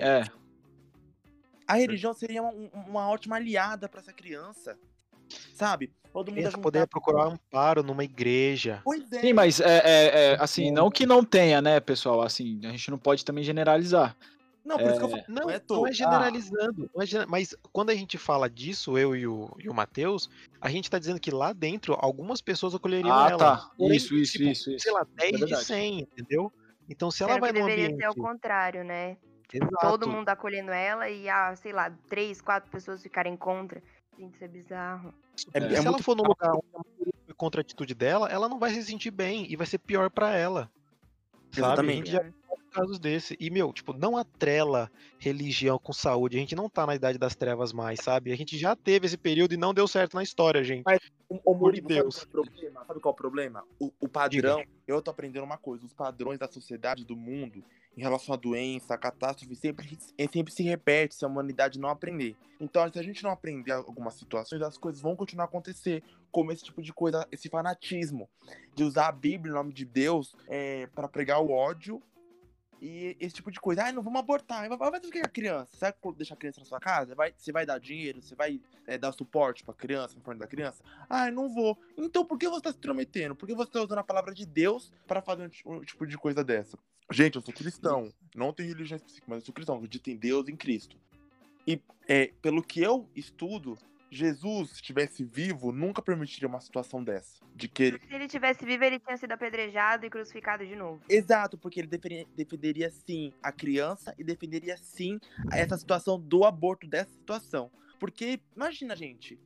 A religião seria uma ótima aliada pra essa criança, sabe? Todo mundo Criança poderia procurar amparo numa igreja. Pois é. Sim, mas assim, não que não tenha, né, pessoal? Assim, a gente não pode também generalizar. Não, por isso que eu falo. Não é generalizando. Mas quando a gente fala disso, eu e o Matheus, a gente tá dizendo que lá dentro algumas pessoas acolheriam ela. Tá. Porém, Isso. Sei lá, 10 de 100, entendeu? Então, se ela vai no ambiente... deveria ser ao contrário, né? Exato. Todo mundo acolhendo ela e, sei lá, 3, 4 pessoas ficarem contra. Gente, isso é bizarro. Se ela for num lugar onde a maioria foi contra a atitude dela, ela não vai se sentir bem e vai ser pior pra ela. Sabe? Exatamente. A gente já viu casos desse. E, não atrela religião com saúde. A gente não tá na idade das trevas mais, sabe? A gente já teve esse período e não deu certo na história, gente. Mas, Murilo, Deus. Sabe qual é o problema? O padrão, eu tô aprendendo uma coisa, os padrões da sociedade, do mundo, em relação à doença, à catástrofe, sempre se repete se a humanidade não aprender. Então, se a gente não aprender algumas situações, as coisas vão continuar a acontecer, como esse tipo de coisa, esse fanatismo, de usar a Bíblia, o nome de Deus, pra pregar o ódio, e esse tipo de coisa. Não vamos abortar. Vai fazer o que com a criança? Você vai deixar a criança na sua casa? Você vai dar dinheiro? Você vai dar suporte pra criança, na frente da criança? Não vou. Então por que você tá se intrometendo? Por que você tá usando a palavra de Deus para fazer um tipo de coisa dessa? Gente, eu sou cristão. Não tenho religião específica, mas eu sou cristão. Eu acredito em Deus, em Cristo. E pelo que eu estudo, Jesus, se estivesse vivo, nunca permitiria uma situação dessa. Se ele estivesse vivo, ele tinha sido apedrejado e crucificado de novo. Exato, porque ele defenderia sim a criança e defenderia sim essa situação do aborto, dessa situação. Porque, imagina, gente.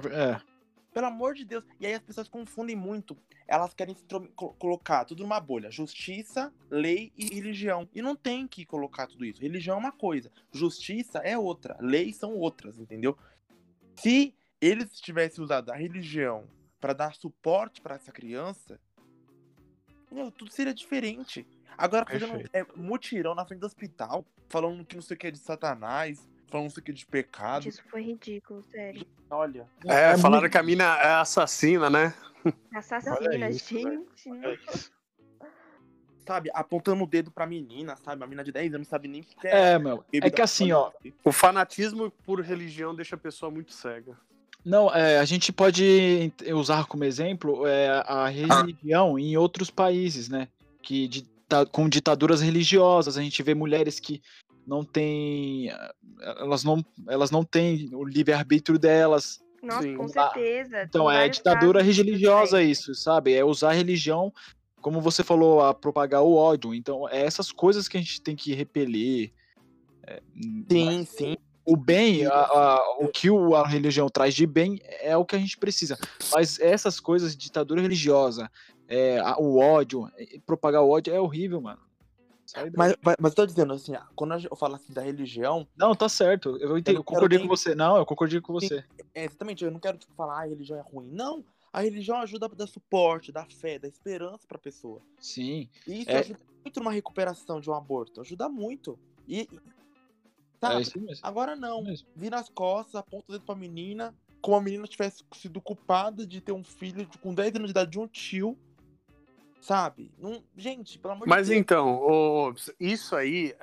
Pelo amor de Deus. E aí as pessoas confundem muito. Elas querem colocar tudo numa bolha. Justiça, lei e religião. E não tem que colocar tudo isso. Religião é uma coisa. Justiça é outra. Leis são outras, entendeu? Se eles tivessem usado a religião para dar suporte para essa criança, tudo seria diferente. Agora, fazendo mutirão na frente do hospital, falando que não sei o que é de Satanás, falando não sei o que é de pecado. Isso foi ridículo, sério. Olha. Falaram que a mina é assassina, né? Assassina, gente. Sabe, apontando o dedo pra menina, sabe? A menina de 10 anos não sabe nem o que é que assim, o fanatismo por religião deixa a pessoa muito cega. Não, a gente pode usar como exemplo a religião em outros países, né? Com ditaduras religiosas, a gente vê mulheres que não têm. Elas não têm o livre-arbítrio delas. Nossa, sim, com certeza. Então, é ditadura religiosa isso, sabe? É usar a religião, como você falou, a propagar o ódio. Então, é essas coisas que a gente tem que repelir. Sim. O bem, o que a religião traz de bem é o que a gente precisa. Mas essas coisas de ditadura religiosa, o ódio, propagar o ódio é horrível, mano. Mas eu tô dizendo assim, quando eu falo assim da religião... Não, tá certo. Eu concordei com você. Não, eu concordei com você. Exatamente, eu não quero falar a religião é ruim. Não, a religião ajuda a dar suporte, dar fé, dar esperança pra pessoa. Sim. E isso ajuda muito numa recuperação de um aborto. Ajuda muito. Tá, isso mesmo. Agora não. Vira as costas, aponta o dedo pra menina, como a menina tivesse sido culpada de ter um filho com 10 anos de idade de um tio. Sabe? Gente, pelo amor de Deus. Mas então, isso aí,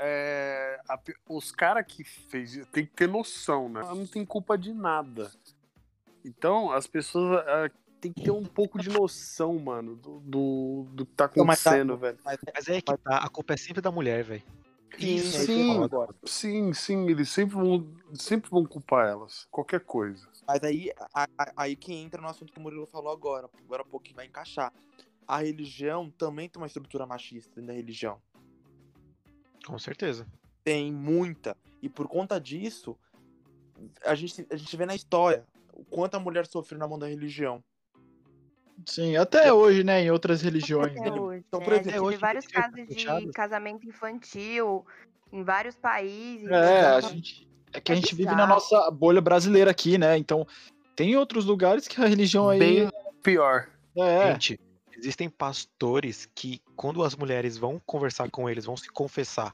os caras que fez tem que ter noção, né? Ela não tem culpa de nada. Então, as pessoas tem que ter um pouco de noção, mano, do que tá acontecendo, velho. Mas é que tá, a culpa é sempre da mulher, velho. Sim, eles sempre vão culpar elas, qualquer coisa. Mas aí que entra no assunto que o Murilo falou agora há pouco, que vai encaixar. a religião também tem uma estrutura machista dentro da religião. Com certeza. Tem muita. E por conta disso, a gente vê na história o quanto a mulher sofreu na mão da religião. Sim, até hoje, né? Em outras religiões. Até Né? hoje. Então, por A exemplo, gente vê hoje vários em dia, casos de fechados. casamento infantil em vários países. A Então, gente a É gente vive na bizarro. nossa bolha brasileira aqui, né? Então, tem outros lugares que a religião aí. Bem pior. Gente, existem pastores que, quando as mulheres vão conversar com eles, vão se confessar,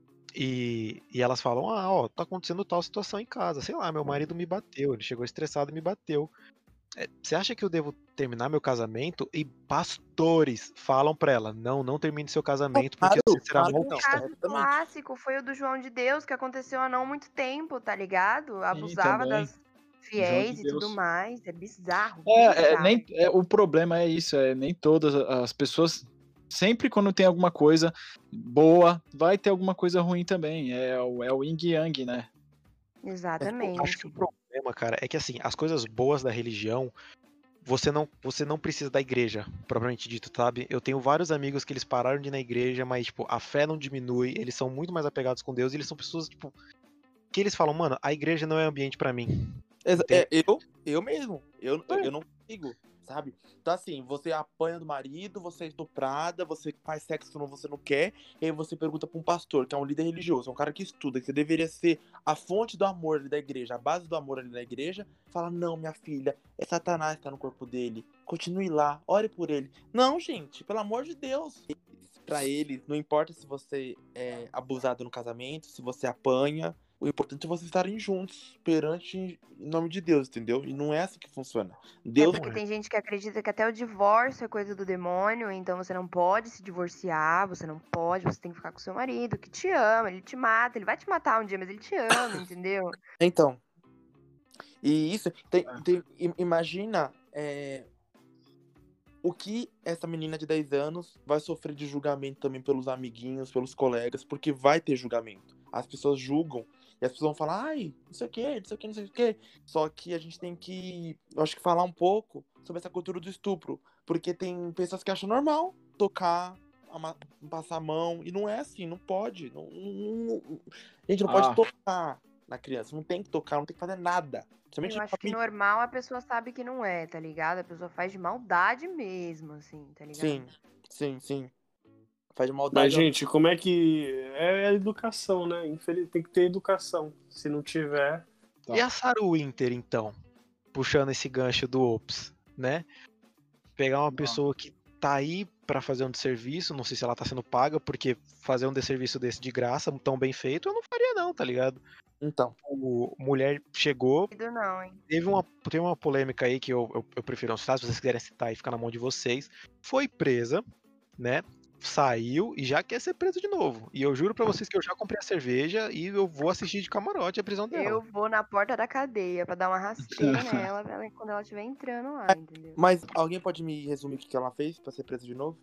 e elas falam, tá acontecendo tal situação em casa, sei lá, meu marido me bateu, ele chegou estressado e me bateu. Você acha que eu devo terminar meu casamento? E pastores falam pra ela, não termine seu casamento, porque você será claro que O não. malvista. caso Exatamente. clássico foi o do João de Deus, que aconteceu há não muito tempo, tá ligado? Abusava também. das fiéis de e tudo Deus. mais. É bizarro. bizarro. O problema é isso, nem todas as pessoas, sempre quando tem alguma coisa boa, vai ter alguma coisa ruim também. É o yin e yang, né? Exatamente. Acho que o problema, cara, é que assim, as coisas boas da religião, você não precisa da igreja, propriamente dito, sabe? Eu tenho vários amigos que eles pararam de ir na igreja, mas, tipo, a fé não diminui, eles são muito mais apegados com Deus, e eles são pessoas, tipo, que eles falam, mano, a igreja não é ambiente pra mim. Eu mesmo, eu não consigo, sabe? Então assim, você apanha do marido, você é estuprada, você faz sexo quando você não quer, e aí você pergunta pra um pastor, que é um líder religioso, um cara que estuda, que deveria ser a fonte do amor ali da igreja, a base do amor ali da igreja, fala, não, minha filha, é Satanás que tá no corpo dele, continue lá, ore por ele. Não, gente, pelo amor de Deus. Pra eles, não importa se você é abusado no casamento, se você apanha, o importante é vocês estarem juntos, perante em nome de Deus, entendeu? E não é assim que funciona. Deus Porque tem gente que acredita que até o divórcio é coisa do demônio, então você não pode se divorciar, você tem que ficar com seu marido, que te ama, ele te mata, ele vai te matar um dia, mas ele te ama, entendeu? Então, e isso, imagina o que essa menina de 10 anos vai sofrer de julgamento também pelos amiguinhos, pelos colegas, porque vai ter julgamento. As pessoas julgam, e as pessoas vão falar, ai, não sei o que, não sei o que, não sei o que. Só que a gente tem que, eu acho que falar um pouco sobre essa cultura do estupro, porque tem pessoas que acham normal tocar, passar a mão, e não é assim, não pode. A gente não pode tocar na criança, não tem que tocar, não tem que fazer nada. Eu acho que normal a pessoa sabe que não é, tá ligado? A pessoa faz de maldade mesmo, assim, tá ligado? Sim. Faz de maldade. Mas, gente, como é que... É a educação, né? Tem que ter educação. Se não tiver... E a Sarah Winter, então? Puxando esse gancho do Ops, né? Pegar uma pessoa que tá aí pra fazer um desserviço, não sei se ela tá sendo paga, porque fazer um desserviço desse de graça, tão bem feito, eu não faria não, tá ligado? Então. O mulher chegou, Não, hein? teve uma polêmica aí que eu prefiro não citar, se vocês quiserem citar e ficar na mão de vocês, foi presa, né? Saiu e já quer ser preso de novo. E eu juro pra vocês que eu já comprei a cerveja e eu vou assistir de camarote a prisão dela. Eu vou na porta da cadeia pra dar uma rasteira nela quando ela estiver entrando lá, entendeu? Mas alguém pode me resumir o que ela fez pra ser presa de novo?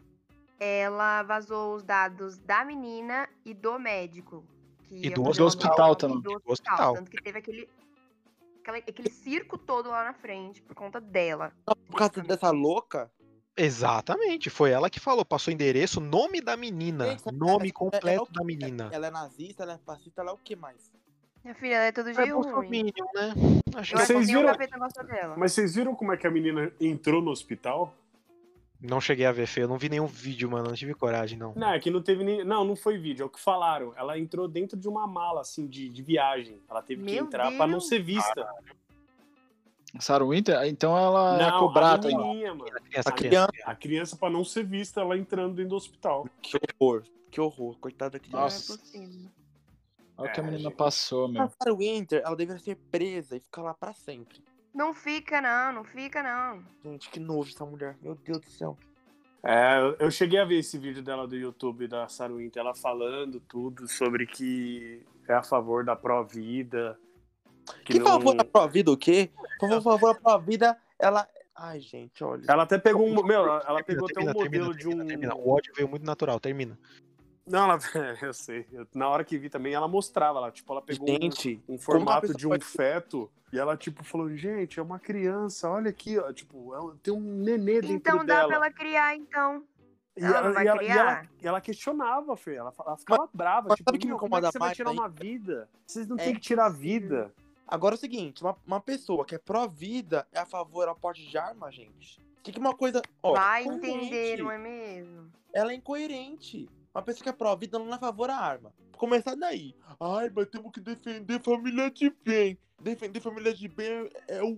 Ela vazou os dados da menina e do médico. E do hospital também. Do hospital. Tanto que teve aquele circo todo lá na frente por conta dela. Por causa dessa louca? Exatamente, foi ela que falou, passou o endereço, nome da menina, Gente, nome completo da menina. Ela é nazista, ela é fascista, ela é o que mais? Minha filha, ela é todo dia ruim. Bolsominion, né? Acho Eu acho Vocês que nem o viram- capeta gosta dela. Mas vocês viram como é que a menina entrou no hospital? Não cheguei a ver, Fê, eu não vi nenhum vídeo, mano, não tive coragem, não. Não, é que não teve nem... Não foi vídeo, é o que falaram. Ela entrou dentro de uma mala, assim, de viagem. Ela teve que Meu entrar pra não Deus. ser vista. Sarah Winter, então ela é Não, cobrada. a menininha, mano. Essa A criança. A criança, pra não ser vista, ela entrando dentro do hospital. Que horror, coitada da criança. Nossa. Não é possível. Olha o que a menina gente. passou, meu. A Sarah Winter, ela deveria ser presa e ficar lá pra sempre. Não fica, não. Gente, que nojo essa mulher. Meu Deus do céu. Eu cheguei a ver esse vídeo dela do YouTube, da Sarah Winter, ela falando tudo sobre que é a favor da pró-vida. Que favor da pró-vida o quê? Por favor da pró-vida, ela... Ai, gente, olha. Ela até pegou ela pegou até um Termina, modelo de um... termina. O ódio veio muito natural, termina. Não, ela, eu sei. Na hora que vi também, ela mostrava. Ela pegou Gente, um formato pessoa de um feto e ela, falou, gente, é uma criança, olha aqui, ó. Ela tem um nenê dentro Então dá dela. pra ela criar, então. E Ela não vai criar? ela questionava, Fê. Ela ficava brava. mas sabe o que me como é incomoda que você vai mais tirar aí? uma vida? Vocês não É têm que tirar a vida. Agora é o seguinte, uma pessoa que é pró-vida é a favor ao porte de arma, gente. Que uma coisa... Ó, Vai incoerente. entender, não é mesmo? Ela é incoerente. Uma pessoa que é pró-vida não é a favor à arma. Começar daí. Ai, mas temos que defender família de bem. Defender família de bem é o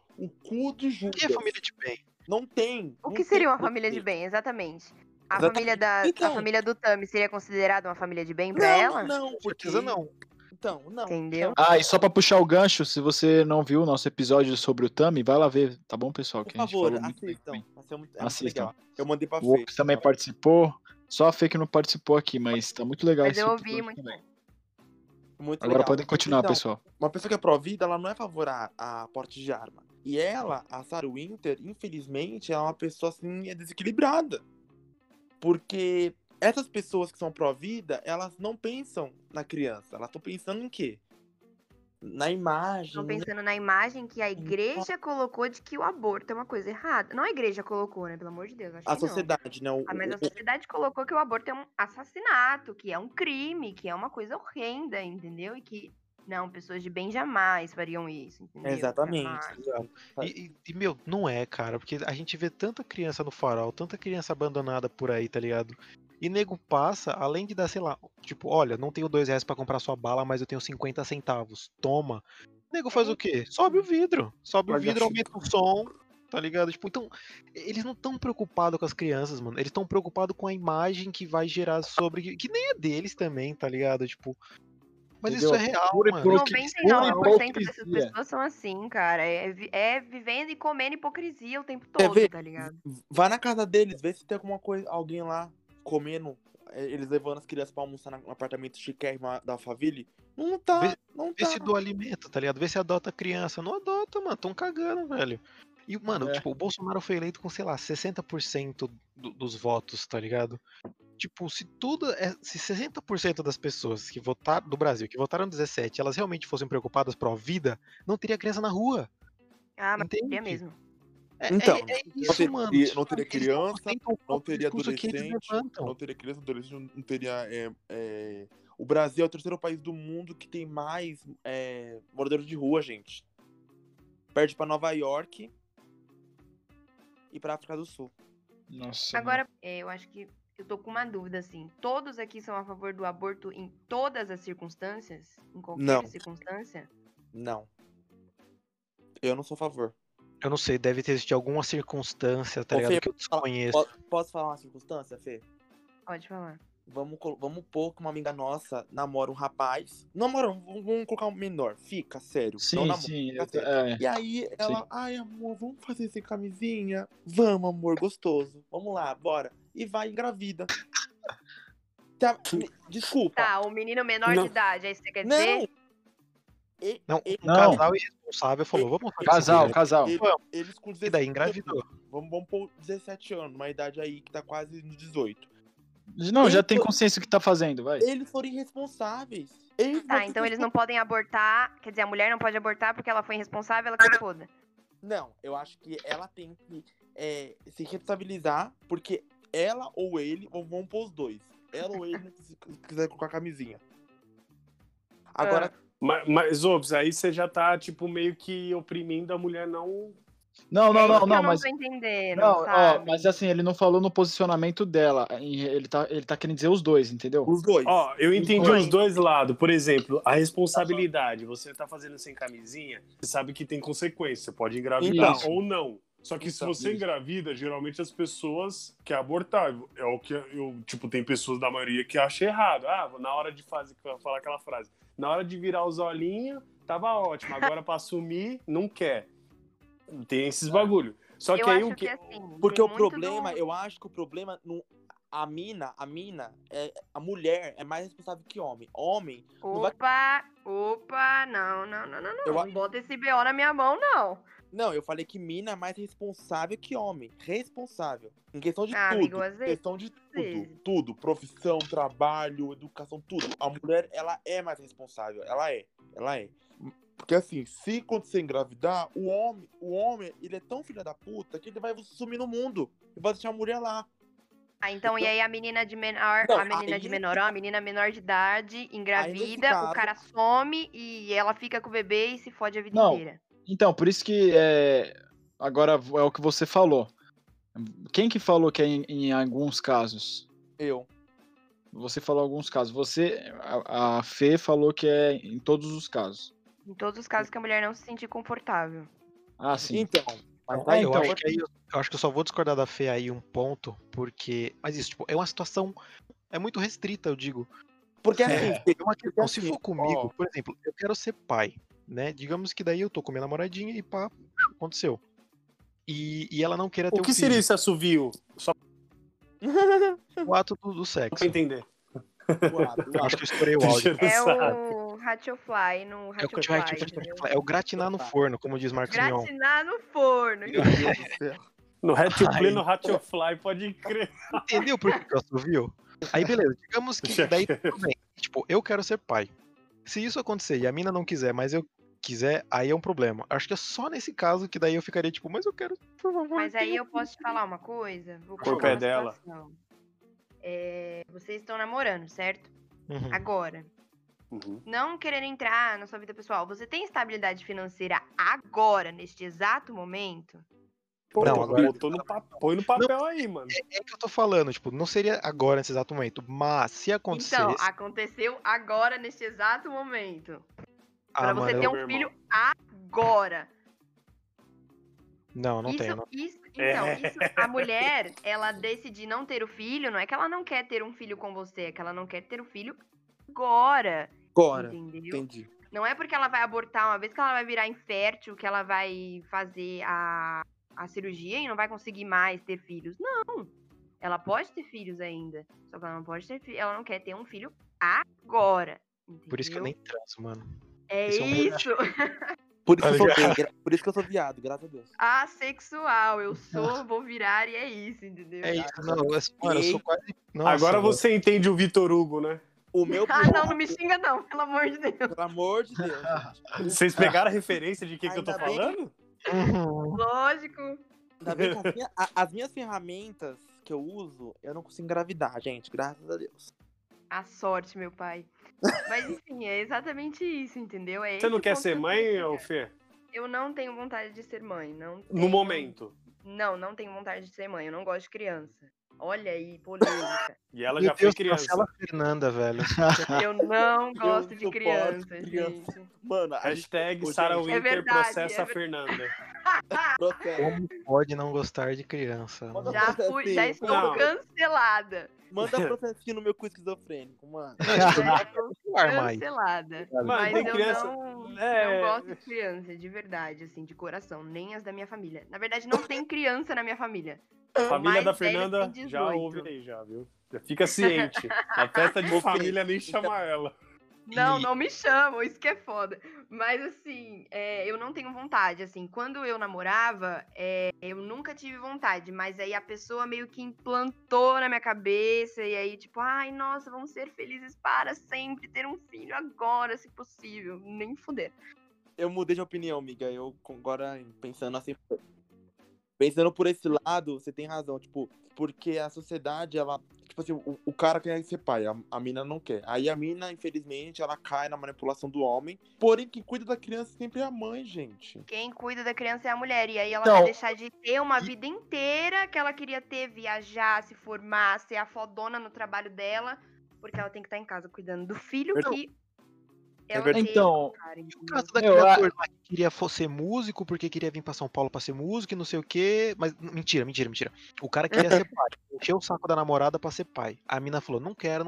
cu de Judas. O que é família de bem? Não tem. O não que tem seria uma porquê. família de bem, exatamente? A Exatamente. Então, a família do Tami seria considerada uma família de bem pra não, ela? não, Com porque... certeza não. Então, não. Entendeu? Ah, e só pra puxar o gancho, se você não viu o nosso episódio sobre o Tami, vai lá ver, tá bom, pessoal? Por Que a gente favor, falou muito bem assistam. também. Vai ser muito Assistam. legal. Eu mandei pra O Fê. Ops também participou, só a Fê que não participou aqui, mas tá muito legal Mas esse eu ouvi episódio muito também. bom. Muito Agora legal. podem continuar, Então, pessoal. uma pessoa que é pró-vida, ela não é a favor a porte de arma. E ela, a Sarah Winter, infelizmente, é uma pessoa, assim, desequilibrada. Porque essas pessoas que são pró-vida, elas não pensam na criança. Elas estão pensando em quê? Na imagem. Estão pensando na imagem que a igreja colocou de que o aborto é uma coisa errada. Não a igreja colocou, né? Pelo amor de Deus, acho A que não. sociedade, né? Mas a sociedade colocou que o aborto é um assassinato, que é um crime, que é uma coisa horrenda, entendeu? E que, não, pessoas de bem jamais fariam isso, entendeu? Exatamente. Jamais. Meu, não é, cara, porque a gente vê tanta criança no farol, tanta criança abandonada por aí, tá ligado? E nego passa, além de dar, sei lá, olha, não tenho R$2 pra comprar sua bala, mas eu tenho 50 centavos. Toma. Nego faz o quê? Sobe o vidro. Sobe o vidro, aumenta o som, tá ligado? Então, eles não estão preocupados com as crianças, mano. Eles estão preocupados com a imagem que vai gerar sobre. Que nem é deles também, tá ligado? Mas Entendeu? isso é real, Pura mano. hipocrisia. 99% dessas hipocrisia. pessoas são assim, cara. É vivendo e comendo hipocrisia o tempo todo, ver? tá ligado? Vai na casa deles, vê se tem alguma coisa, alguém lá comendo, eles levando as crianças pra almoçar no apartamento chiquérrimo da Alphaville. Não tá, não Vê tá. se doa alimento, tá ligado? Vê se adota criança. Não adota, mano. Tão cagando, velho. E, mano, o Bolsonaro foi eleito com, sei lá, 60% dos votos, tá ligado? Se 60% das pessoas que votaram do Brasil, que votaram 17, elas realmente fossem preocupadas pró-vida, não teria criança na rua. Ah, mas Entende? é mesmo. Então, isso, mano. não teria criança, não teria adolescente, levantam. não teria criança, adolescente, não teria... O Brasil é o terceiro país do mundo que tem mais moradores de rua, gente. Perde pra Nova York e pra África do Sul. Nossa. Agora, eu acho que eu tô com uma dúvida, assim. Todos aqui são a favor do aborto em todas as circunstâncias? Em qualquer Não. circunstância? Não. Eu não sou a favor. Eu não sei, deve ter existido alguma circunstância, tá Ô, ligado? Fê, Que eu desconheço. Posso falar uma circunstância, Fê? Pode falar. Vamos pôr que uma amiga nossa namora um rapaz. Namora, vamos colocar um menor. Fica, sério. Sim, não namora, sim. fica sério. E aí ela, ai amor, vamos fazer sem camisinha? Vamos, amor, gostoso. Vamos lá, bora. E vai engravida. Desculpa. Tá, o menino menor de idade, é isso que você quer Não. dizer? Um casal irresponsável falou, vamos fazer Casal. Eles com 17 E daí engravidou. Vamos pôr 17 anos, uma idade aí que tá quase nos 18. Não, já tem consciência do que tá fazendo, vai. Eles foram irresponsáveis. Tá, então eles não podem abortar. Quer dizer, a mulher não pode abortar porque ela foi irresponsável, ela que se foda. Não, eu acho que ela tem que se responsabilizar, porque ela ou ele, vão pôr os dois. Ela ou ele, se quiser colocar a camisinha. Agora. Mas, Ops, aí você já tá, meio que oprimindo a mulher não. Não, eu não mas. tô entendendo, Não, sabe? mas assim, ele não falou no posicionamento dela. Ele tá querendo dizer os dois, entendeu? Os dois. Ó, eu entendi os dois lados. Por exemplo, a responsabilidade. Você tá fazendo sem camisinha, você sabe que tem consequência. Você pode engravidar ou não. Só que se você engravida, geralmente as pessoas querem abortar. É o que tem pessoas da maioria que acham errado. Ah, na hora de falar aquela frase. Na hora de virar os olhinhos, tava ótimo. Agora pra assumir, não quer. Tem esses bagulho. Só que aí o que. Assim, porque o problema, eu acho que o problema. A mina, a mulher é mais responsável que homem. Homem. Opa! não. Eu Não bota esse BO na minha mão, não. Não, eu falei que mina é mais responsável que homem. Responsável. Em questão de tudo. Amigo, às vezes. Questão de tudo. Tudo. Profissão, trabalho, educação, tudo. A mulher, ela é mais responsável. Ela é. Porque assim, se acontecer engravidar, o homem, ele é tão filho da puta que ele vai sumir no mundo. E vai deixar a mulher lá. Então, e aí a menina de menor, Não, a menina menor de idade, engravida, caso- o cara some e ela fica com o bebê e se fode a vida Não. inteira. Então, por isso que agora é o que você falou. Quem que falou que é em alguns casos? Eu. Você falou alguns casos. A Fê falou que é em todos os casos. Em todos os casos que a mulher não se sentir confortável. Ah, sim. Então. Mas É, Eu então, acho que eu só vou discordar da Fê aí um ponto, porque. Mas isso, tipo, é uma situação. É muito restrita, eu digo. Porque assim, É uma questão, se assim, for comigo, ó. por exemplo, eu quero ser pai, né? Digamos que daí eu tô com minha namoradinha e pá, aconteceu. E ela não queira ter O que um seria filho. esse assovio? Só O ato do pra sexo. entender. Eu acho que eu estourei o áudio. É Sabe? o Ratchelfly, no É o, Ratchelfly, entendeu? é o gratinar no forno, como diz Marcos Mion. Gratinar no forno. Meu Deus do céu. No Ai. no Ratchelfly, pode crer. Entendeu por que eu assovio? Aí beleza, digamos que daí tudo bem. Tipo, eu quero ser pai. Se isso acontecer e a mina não quiser, mas eu quiser, aí é um problema. Acho que é só nesse caso que daí eu ficaria tipo, mas eu quero, por favor. Mas aí eu posso te falar uma coisa? Vou Por colocar pé uma dela. situação. Vocês estão namorando, certo? Uhum. Agora. Uhum. Não querendo entrar na sua vida pessoal. Você tem estabilidade financeira agora, neste exato momento? Pô, Não, agora- põe no papel aí, mano. É que eu tô falando, tipo, não seria agora nesse exato momento, mas se acontecesse. Então, aconteceu agora, neste exato momento. Pra você mano, ter eu- um meu filho agora. Não tenho. Não. A mulher, ela decidir não ter o filho, não é que ela não quer ter um filho com você, é que ela não quer ter o filho agora. Agora. Entendeu? Entendi. Não é porque ela vai abortar uma vez que ela vai virar infértil, que ela vai fazer a cirurgia e não vai conseguir mais ter filhos. Não. Ela pode ter filhos ainda. Só que ela não pode ter ela não quer ter um filho agora. Entendeu? Por isso que eu nem transo, mano. É Esse é um isso. Por isso, Tá que eu sou ligado? gay, por isso que eu sou viado, graças a Deus. Assexual. Eu sou, vou virar e é isso, entendeu? É isso, não. Mano, eu sou quase. Nossa, Agora mano. você entende o Vitor Hugo, né? O meu Ah, não me xinga não, pelo amor de Deus. Pelo amor de Deus. gente. Vocês pegaram a referência de que eu tô Ainda bem. falando? Uhum. Lógico. Ainda bem que as minhas ferramentas que eu uso, eu não consigo engravidar, gente, graças a Deus. A sorte, meu pai. Mas enfim, é exatamente isso, entendeu? É Você esse não quer ponto ser que eu mãe, queria ô chegar. Fê? Eu não tenho vontade de ser mãe. Não No tenho. momento. Não tenho vontade de ser mãe. Eu não gosto de criança. Olha aí, polêmica. E ela Meu já foi Deus, criança. cancela a Fernanda, velho. Eu não gosto de suporto criança, criança. gente. Mano, a gente- Hashtag Ô, Sarah gente, Winter verdade, processa é a Fernanda. processo. Como pode não gostar de criança? Manda Já processinho, estou Não. cancelada. Manda processinho no meu cu esquizofrênico, mano. Já estou Arma aí. cancelada. Mano, Mas tem eu criança. não É. gosto de criança, de verdade, assim, de coração. Nem as da minha família. Na verdade, não tem criança na minha família. Família mais da velho Fernanda tem já 18. ouve aí, já, viu? Já fica ciente. A festa de família nem chama ela. Não, E- não me chamam, isso que é foda. Mas assim, eu não tenho vontade, assim, quando eu namorava, eu nunca tive vontade, mas aí a pessoa meio que implantou na minha cabeça, e aí tipo, ai, nossa, vamos ser felizes para sempre, ter um filho agora, se possível, nem fuder. Eu mudei de opinião, amiga. Eu agora pensando assim. Pensando por esse lado, você tem razão, tipo, porque a sociedade, ela. Tipo assim, o cara quer ser pai, a mina não quer. Aí a mina, infelizmente, ela cai na manipulação do homem. Porém, quem cuida da criança sempre é a mãe, gente. Quem cuida da criança é a mulher, e aí ela Então, vai deixar de ter uma vida inteira que ela queria ter, viajar, se formar, ser a fodona no trabalho dela, porque ela tem que estar em casa cuidando do filho que ela verdade. teve, Então, cara, O entendeu? caso daquele Eu, ator lá que queria ser músico porque queria vir pra São Paulo pra ser músico e não sei o quê. Mas mentira. O cara queria ser pai. Encheu o saco da namorada pra ser pai. A mina falou, não quero.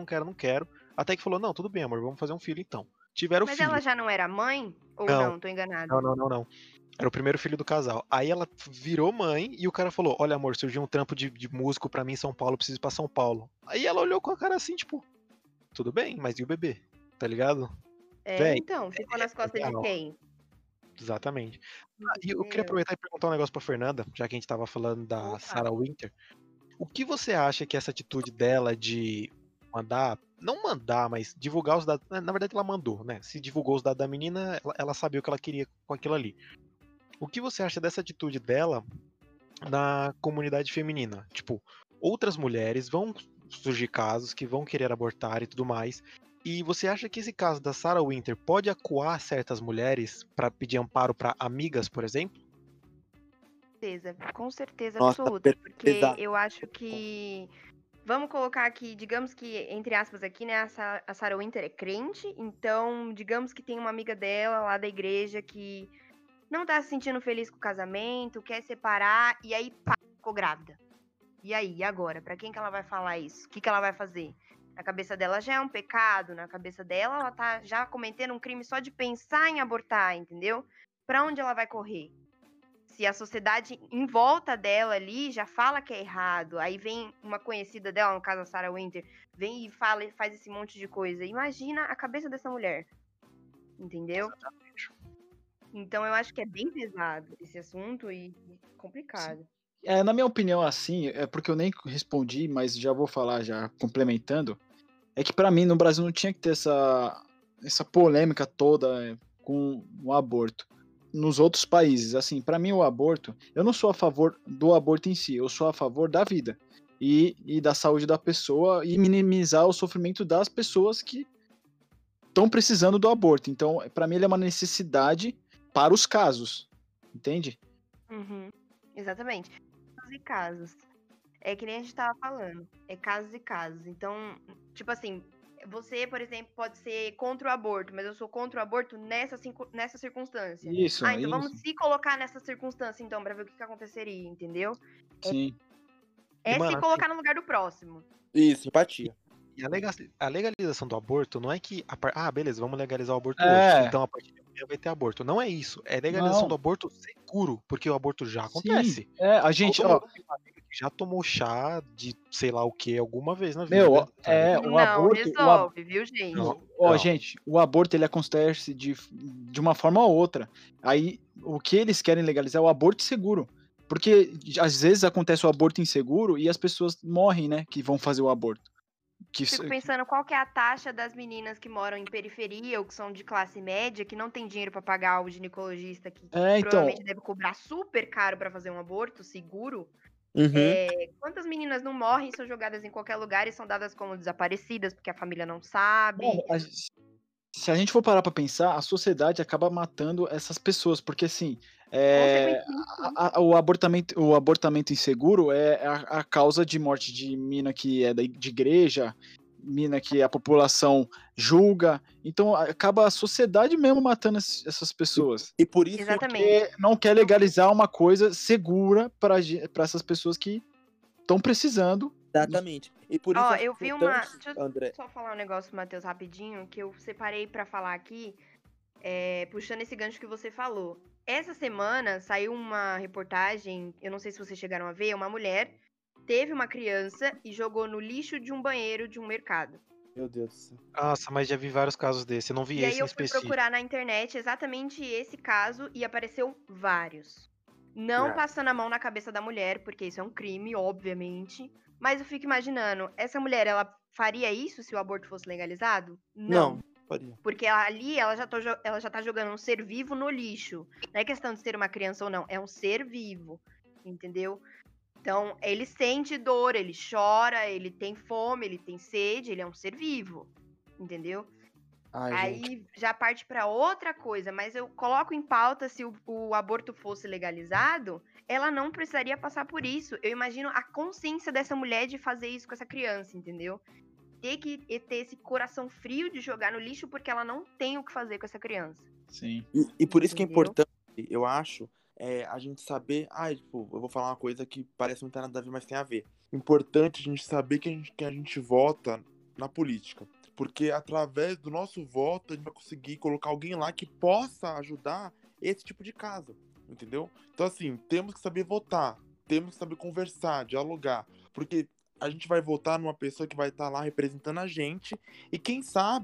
Até que falou, não, tudo bem, amor, vamos fazer um filho então. Tiveram Mas filho. ela já não era mãe? Ou Não. não? Tô enganada. Não. Era o primeiro filho do casal. Aí ela virou mãe e o cara falou, olha amor, surgiu um trampo de músico pra mim em São Paulo, preciso ir pra São Paulo. Aí ela olhou com a cara assim, tipo, tudo bem, mas e o bebê? Tá ligado? Véi, Então, ficou nas costas de real. quem? Exatamente. E eu queria Entendeu? aproveitar e perguntar um negócio pra Fernanda, já que a gente tava falando da Opa. Sarah Winter. O que você acha que essa atitude dela de não mandar, mas divulgar os dados, na verdade ela mandou, né? Se divulgou os dados da menina, ela sabia o que ela queria com aquilo ali. O que você acha dessa atitude dela na comunidade feminina? Tipo, outras mulheres vão surgir casos que vão querer abortar e tudo mais. E você acha que esse caso da Sarah Winter pode acuar certas mulheres pra pedir amparo pra amigas, por exemplo? Com certeza Nossa, absoluta, porque pesado. eu acho que vamos colocar aqui, digamos que, entre aspas, aqui, né, a Sarah Winter é crente, então, digamos que tem uma amiga dela lá da igreja que não tá se sentindo feliz com o casamento, quer separar, e aí, pá, ficou grávida. E aí, e agora? Pra quem que ela vai falar isso? O que que ela vai fazer? Na cabeça dela já é um pecado, na cabeça dela ela tá já cometendo um crime só de pensar em abortar, entendeu? Pra onde ela vai correr? Se a sociedade em volta dela ali já fala que é errado, aí vem uma conhecida dela, no caso a Sarah Winter, vem e fala, faz esse monte de coisa. Imagina a cabeça dessa mulher, entendeu? Exatamente. Então eu acho que é bem pesado esse assunto e complicado. Na minha opinião, assim, é porque eu nem respondi, mas já vou falar, já complementando, é que pra mim no Brasil não tinha que ter essa polêmica toda com o aborto. Nos outros países, assim, pra mim o aborto, eu não sou a favor do aborto em si, eu sou a favor da vida e da saúde da pessoa e minimizar o sofrimento das pessoas que estão precisando do aborto. Então, pra mim ele é uma necessidade para os casos, entende? Uhum, exatamente. Casos e casos. É que nem a gente tava falando. É casos e casos. Então, tipo assim, você, por exemplo, pode ser contra o aborto, mas eu sou contra o aborto nessa circunstância. Isso, Então vamos isso, se colocar nessa circunstância, então, pra ver o que aconteceria, entendeu? sim. E, É se mano, assim, colocar no lugar do próximo. Isso, empatia. e a legalização do aborto não é que. Beleza, vamos legalizar o aborto hoje. É, Então a partir de amanhã vai ter aborto. Não é isso. É legalização do não, aborto seguro, porque o aborto já sim. acontece. A gente, Todo ó, mundo tem família que já tomou chá de sei lá o que alguma vez na meu, vida, tá ligado? o Não aborto, resolve, viu, gente? Não, ó, não. gente, o aborto ele acontece de uma forma ou outra. Aí, o que eles querem legalizar é o aborto seguro. Porque às vezes acontece o aborto inseguro e as pessoas morrem, né, que vão fazer o aborto. Fico pensando qual que é a taxa das meninas que moram em periferia ou que são de classe média, que não tem dinheiro pra pagar o ginecologista, que Então, provavelmente deve cobrar super caro pra fazer um aborto seguro. Uhum. Quantas meninas não morrem, são jogadas em qualquer lugar e são dadas como desaparecidas porque a família não sabe? mano, se a gente for parar pra pensar, a sociedade acaba matando essas pessoas, porque assim, Consequentemente, sim. o abortamento inseguro é a causa de morte de mina que é de igreja, mina que a população julga, então acaba a sociedade mesmo matando essas pessoas, E por isso Exatamente. porque não quer legalizar uma coisa segura para essas pessoas que estão precisando. exatamente. E por isso Ó, acho eu vi uma. importante, Deixa eu André. só falar um negócio, Matheus, rapidinho, que eu separei pra falar aqui, puxando esse gancho que você falou. Essa semana saiu uma reportagem, eu não sei se vocês chegaram a ver, uma mulher teve uma criança e jogou no lixo de um banheiro de um mercado. Meu Deus do céu. Nossa, mas já vi vários casos desse. Eu não vi E aí esse em eu fui específico. procurar na internet exatamente esse caso e apareceu vários. Não passando a mão na cabeça da mulher, porque isso é um crime, obviamente. Mas eu fico imaginando, essa mulher, ela faria isso se o aborto fosse legalizado? Não, faria. Porque ela já tá jogando um ser vivo no lixo. Não é questão de ser uma criança ou não, é um ser vivo, entendeu? Então, ele sente dor, ele chora, ele tem fome, ele tem sede, ele é um ser vivo, entendeu? Ai, gente. Aí já parte pra outra coisa, mas eu coloco em pauta se o aborto fosse legalizado, ela não precisaria passar por isso. Eu imagino a consciência dessa mulher de fazer isso com essa criança, entendeu? Ter esse coração frio de jogar no lixo porque ela não tem o que fazer com essa criança. Sim. E por isso que é Entendeu? importante, eu acho, a gente saber. Tipo, eu vou falar uma coisa que parece não ter nada a ver, mas tem a ver. Importante a gente saber que a gente vota na política. Porque através do nosso voto a gente vai conseguir colocar alguém lá que possa ajudar esse tipo de caso. Entendeu? Então, assim, temos que saber votar, temos que saber conversar, dialogar. Porque a gente vai votar numa pessoa que vai estar lá representando a gente. E quem sabe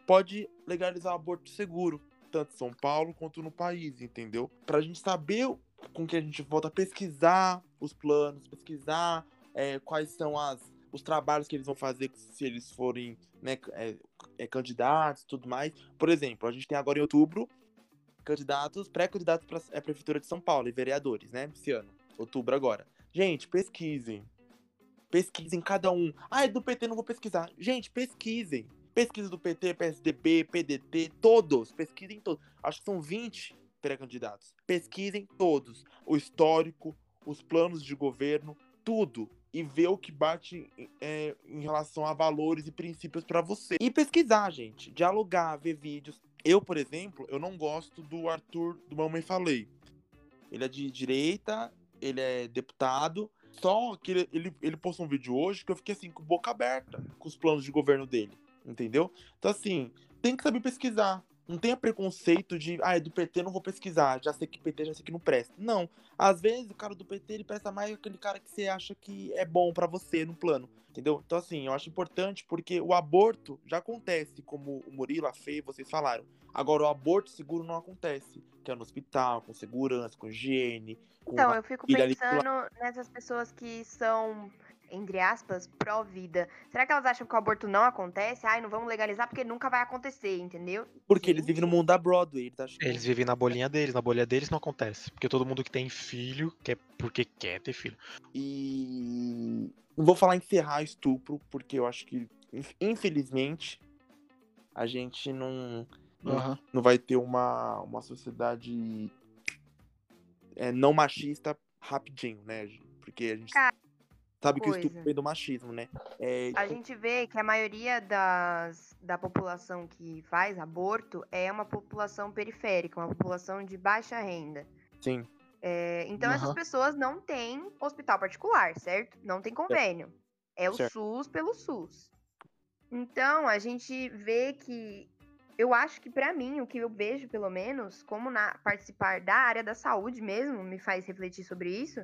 pode legalizar o aborto seguro, tanto em São Paulo quanto no país, entendeu? Pra gente saber com que a gente volta a pesquisar os planos, pesquisar quais são os trabalhos que eles vão fazer se eles forem, né, candidatos e tudo mais. Por exemplo, a gente tem agora em outubro pré-candidatos para a Prefeitura de São Paulo e vereadores, né, esse ano, outubro agora. Gente, pesquisem cada um. Ah, é do PT, não vou pesquisar. Gente, pesquisem. Pesquisa do PT, PSDB, PDT, todos. Pesquisem todos. Acho que são 20 pré-candidatos. Pesquisem todos. O histórico, os planos de governo, tudo. E ver o que bate em relação a valores e princípios pra você. E pesquisar, gente. Dialogar, ver vídeos. Eu, por exemplo, eu não gosto do Arthur do Mamãe Falei. Ele é de direita, ele é deputado. Só que ele postou um vídeo hoje que eu fiquei assim, com boca aberta com os planos de governo dele. Entendeu? Então, assim, tem que saber pesquisar. Não tenha preconceito de, é do PT, não vou pesquisar. Já sei que PT, já sei que não presta. Não. Às vezes, o cara do PT, ele presta mais aquele cara que você acha que é bom pra você no plano. Entendeu? Então, assim, eu acho importante porque o aborto já acontece, como o Murilo, a Fê, vocês falaram. Agora, o aborto seguro não acontece. Que é no hospital, com segurança, com higiene. Então, eu fico pensando nessas pessoas que são, entre aspas, pró-vida. Será que elas acham que o aborto não acontece? Ai, não vamos legalizar porque nunca vai acontecer, entendeu? Porque eles vivem no mundo da Broadway. Eles vivem na bolinha deles. Na bolha deles não acontece. Porque todo mundo que tem filho quer porque quer ter filho. E não vou falar encerrar estupro, porque eu acho que, infelizmente, a gente não vai ter uma sociedade não machista rapidinho, né? Porque a gente sabe que o estupro vem do machismo, né? A gente vê que a maioria da população que faz aborto é uma população periférica, uma população de baixa renda. Sim. Então essas pessoas não têm hospital particular, certo? Não tem convênio. É o SUS pelo SUS. Então a gente vê que eu acho que pra mim, o que eu vejo pelo menos, como participar da área da saúde mesmo, me faz refletir sobre isso,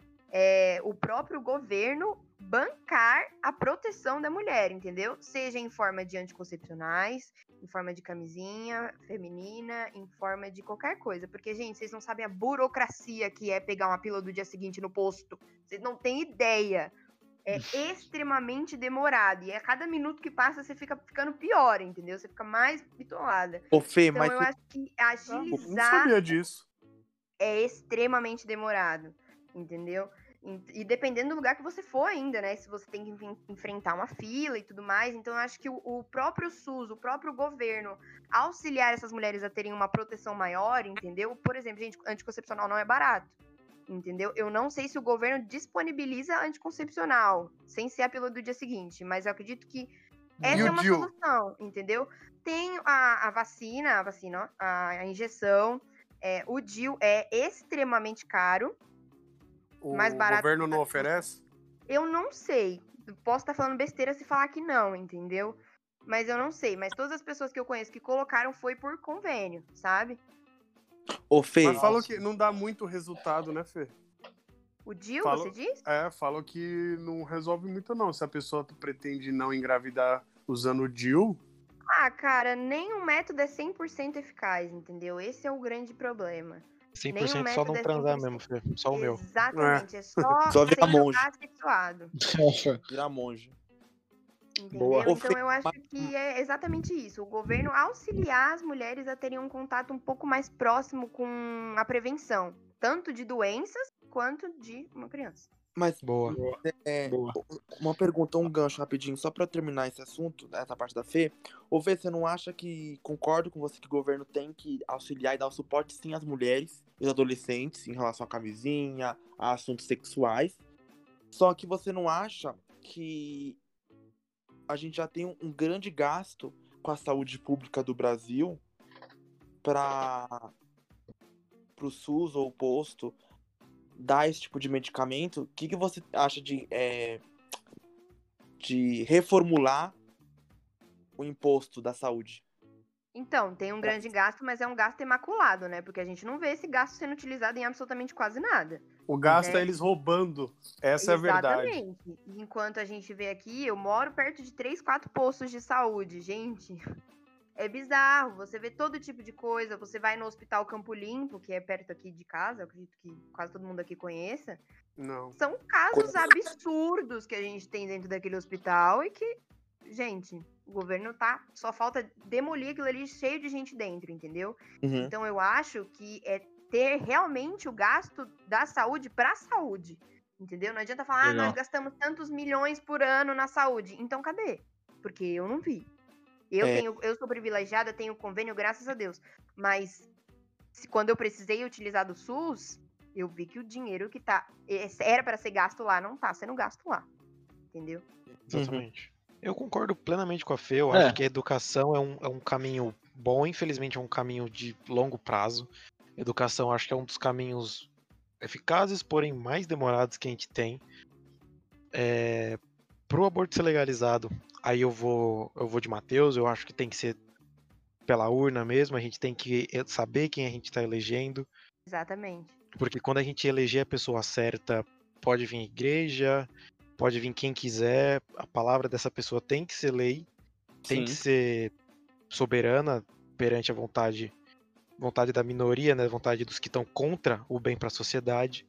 o próprio governo bancar a proteção da mulher, entendeu? Seja em forma de anticoncepcionais, em forma de camisinha feminina, em forma de qualquer coisa. Porque, gente, vocês não sabem a burocracia que é pegar uma pílula do dia seguinte no posto. Vocês não têm ideia. É extremamente demorado. E a cada minuto que passa, você fica ficando pior, entendeu? Você fica mais bitolada. Ô, Fê, então, eu acho que agilizar... Não sabia disso. É extremamente demorado, entendeu? E dependendo do lugar que você for ainda, né? Se você tem que enfrentar uma fila e tudo mais. Então, eu acho que o próprio SUS, o próprio governo, auxiliar essas mulheres a terem uma proteção maior, entendeu? Por exemplo, gente, anticoncepcional não é barato, entendeu? Eu não sei se o governo disponibiliza anticoncepcional, sem ser a pílula do dia seguinte. Mas eu acredito que essa é uma solução, entendeu? Tem a vacina, ó, a injeção. O DIU é extremamente caro. O mais barato. O governo não oferece? Eu não sei. Posso estar falando besteira se falar que não, entendeu? Mas eu não sei. Mas todas as pessoas que eu conheço que colocaram foi por convênio, sabe? Ô, Fê. Mas falam que não dá muito resultado, né, Fê? O DIU, você diz? Falam que não resolve muito, não. Se a pessoa pretende não engravidar usando o DIU... Ah, cara, nenhum método é 100% eficaz, entendeu? Esse é o grande problema. 100% só não transar mesmo, Fê. Só o meu. Exatamente, é só virar monge. assexuado. Virar monge. Entendeu? Boa. Então eu acho que é exatamente isso. O governo auxiliar as mulheres a terem um contato um pouco mais próximo com a prevenção. Tanto de doenças, quanto de uma criança. Mas, Boa. Uma pergunta, um gancho rapidinho, só pra eu terminar esse assunto, essa parte da Fê. Ô, Fê, você não acha que, concordo com você, que o governo tem que auxiliar e dar o suporte, sim, às mulheres e aos adolescentes em relação à camisinha, a assuntos sexuais. Só que você não acha que a gente já tem um grande gasto com a saúde pública do Brasil para o SUS ou o posto dar esse tipo de medicamento? O que você acha de reformular o imposto da saúde? Então, tem um grande gasto, mas é um gasto imaculado, né? Porque a gente não vê esse gasto sendo utilizado em absolutamente quase nada. O gasto é eles roubando. Essa é a verdade. Exatamente. Enquanto a gente vê aqui, eu moro perto de 3, 4 postos de saúde. Gente, é bizarro. Você vê todo tipo de coisa. Você vai no Hospital Campo Limpo, que é perto aqui de casa, eu acredito que quase todo mundo aqui conheça. Não. São casos absurdos que a gente tem dentro daquele hospital e que, gente, o governo só falta demolir aquilo ali cheio de gente dentro, entendeu? Uhum. Então eu acho que é ter realmente o gasto da saúde pra saúde, entendeu? Não adianta falar, nós gastamos tantos milhões por ano na saúde. Então cadê? Porque eu não vi. Eu sou privilegiada, tenho convênio, graças a Deus. Mas quando eu precisei utilizar do SUS, eu vi que o dinheiro que era para ser gasto lá não tá sendo gasto lá. Entendeu? Exatamente. Eu concordo plenamente com a Fê. Eu acho que a educação é um caminho bom, infelizmente é um caminho de longo prazo. Educação acho que é um dos caminhos eficazes, porém mais demorados que a gente tem. Pro aborto ser legalizado, aí eu vou de Matheus, eu acho que tem que ser pela urna mesmo, a gente tem que saber quem a gente está elegendo. Exatamente. Porque quando a gente eleger a pessoa certa, pode vir a igreja, pode vir quem quiser, a palavra dessa pessoa tem que ser lei, tem que ser soberana perante a vontade da minoria, né, a vontade dos que estão contra o bem para a sociedade.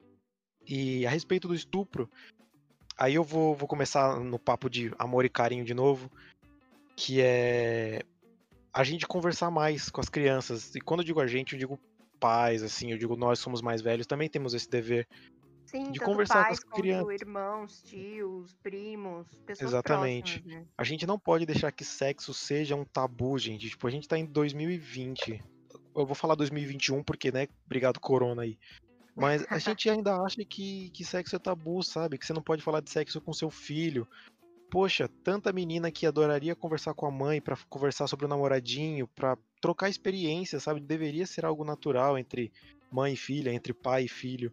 E a respeito do estupro, aí eu vou começar no papo de amor e carinho de novo, que é a gente conversar mais com as crianças. E quando eu digo a gente, eu digo pais, assim, eu digo nós somos mais velhos, também temos esse dever de conversar com as crianças. Irmãos, tios, primos, pessoas Exatamente. próximas, né? A gente não pode deixar que sexo seja um tabu, gente. Tipo, a gente tá em 2020. Eu vou falar 2021 porque, né, obrigado corona aí. Mas a gente ainda acha que sexo é tabu, sabe? Que você não pode falar de sexo com seu filho. Poxa, tanta menina que adoraria conversar com a mãe pra conversar sobre o namoradinho, pra trocar experiência, sabe? Deveria ser algo natural entre mãe e filha, entre pai e filho.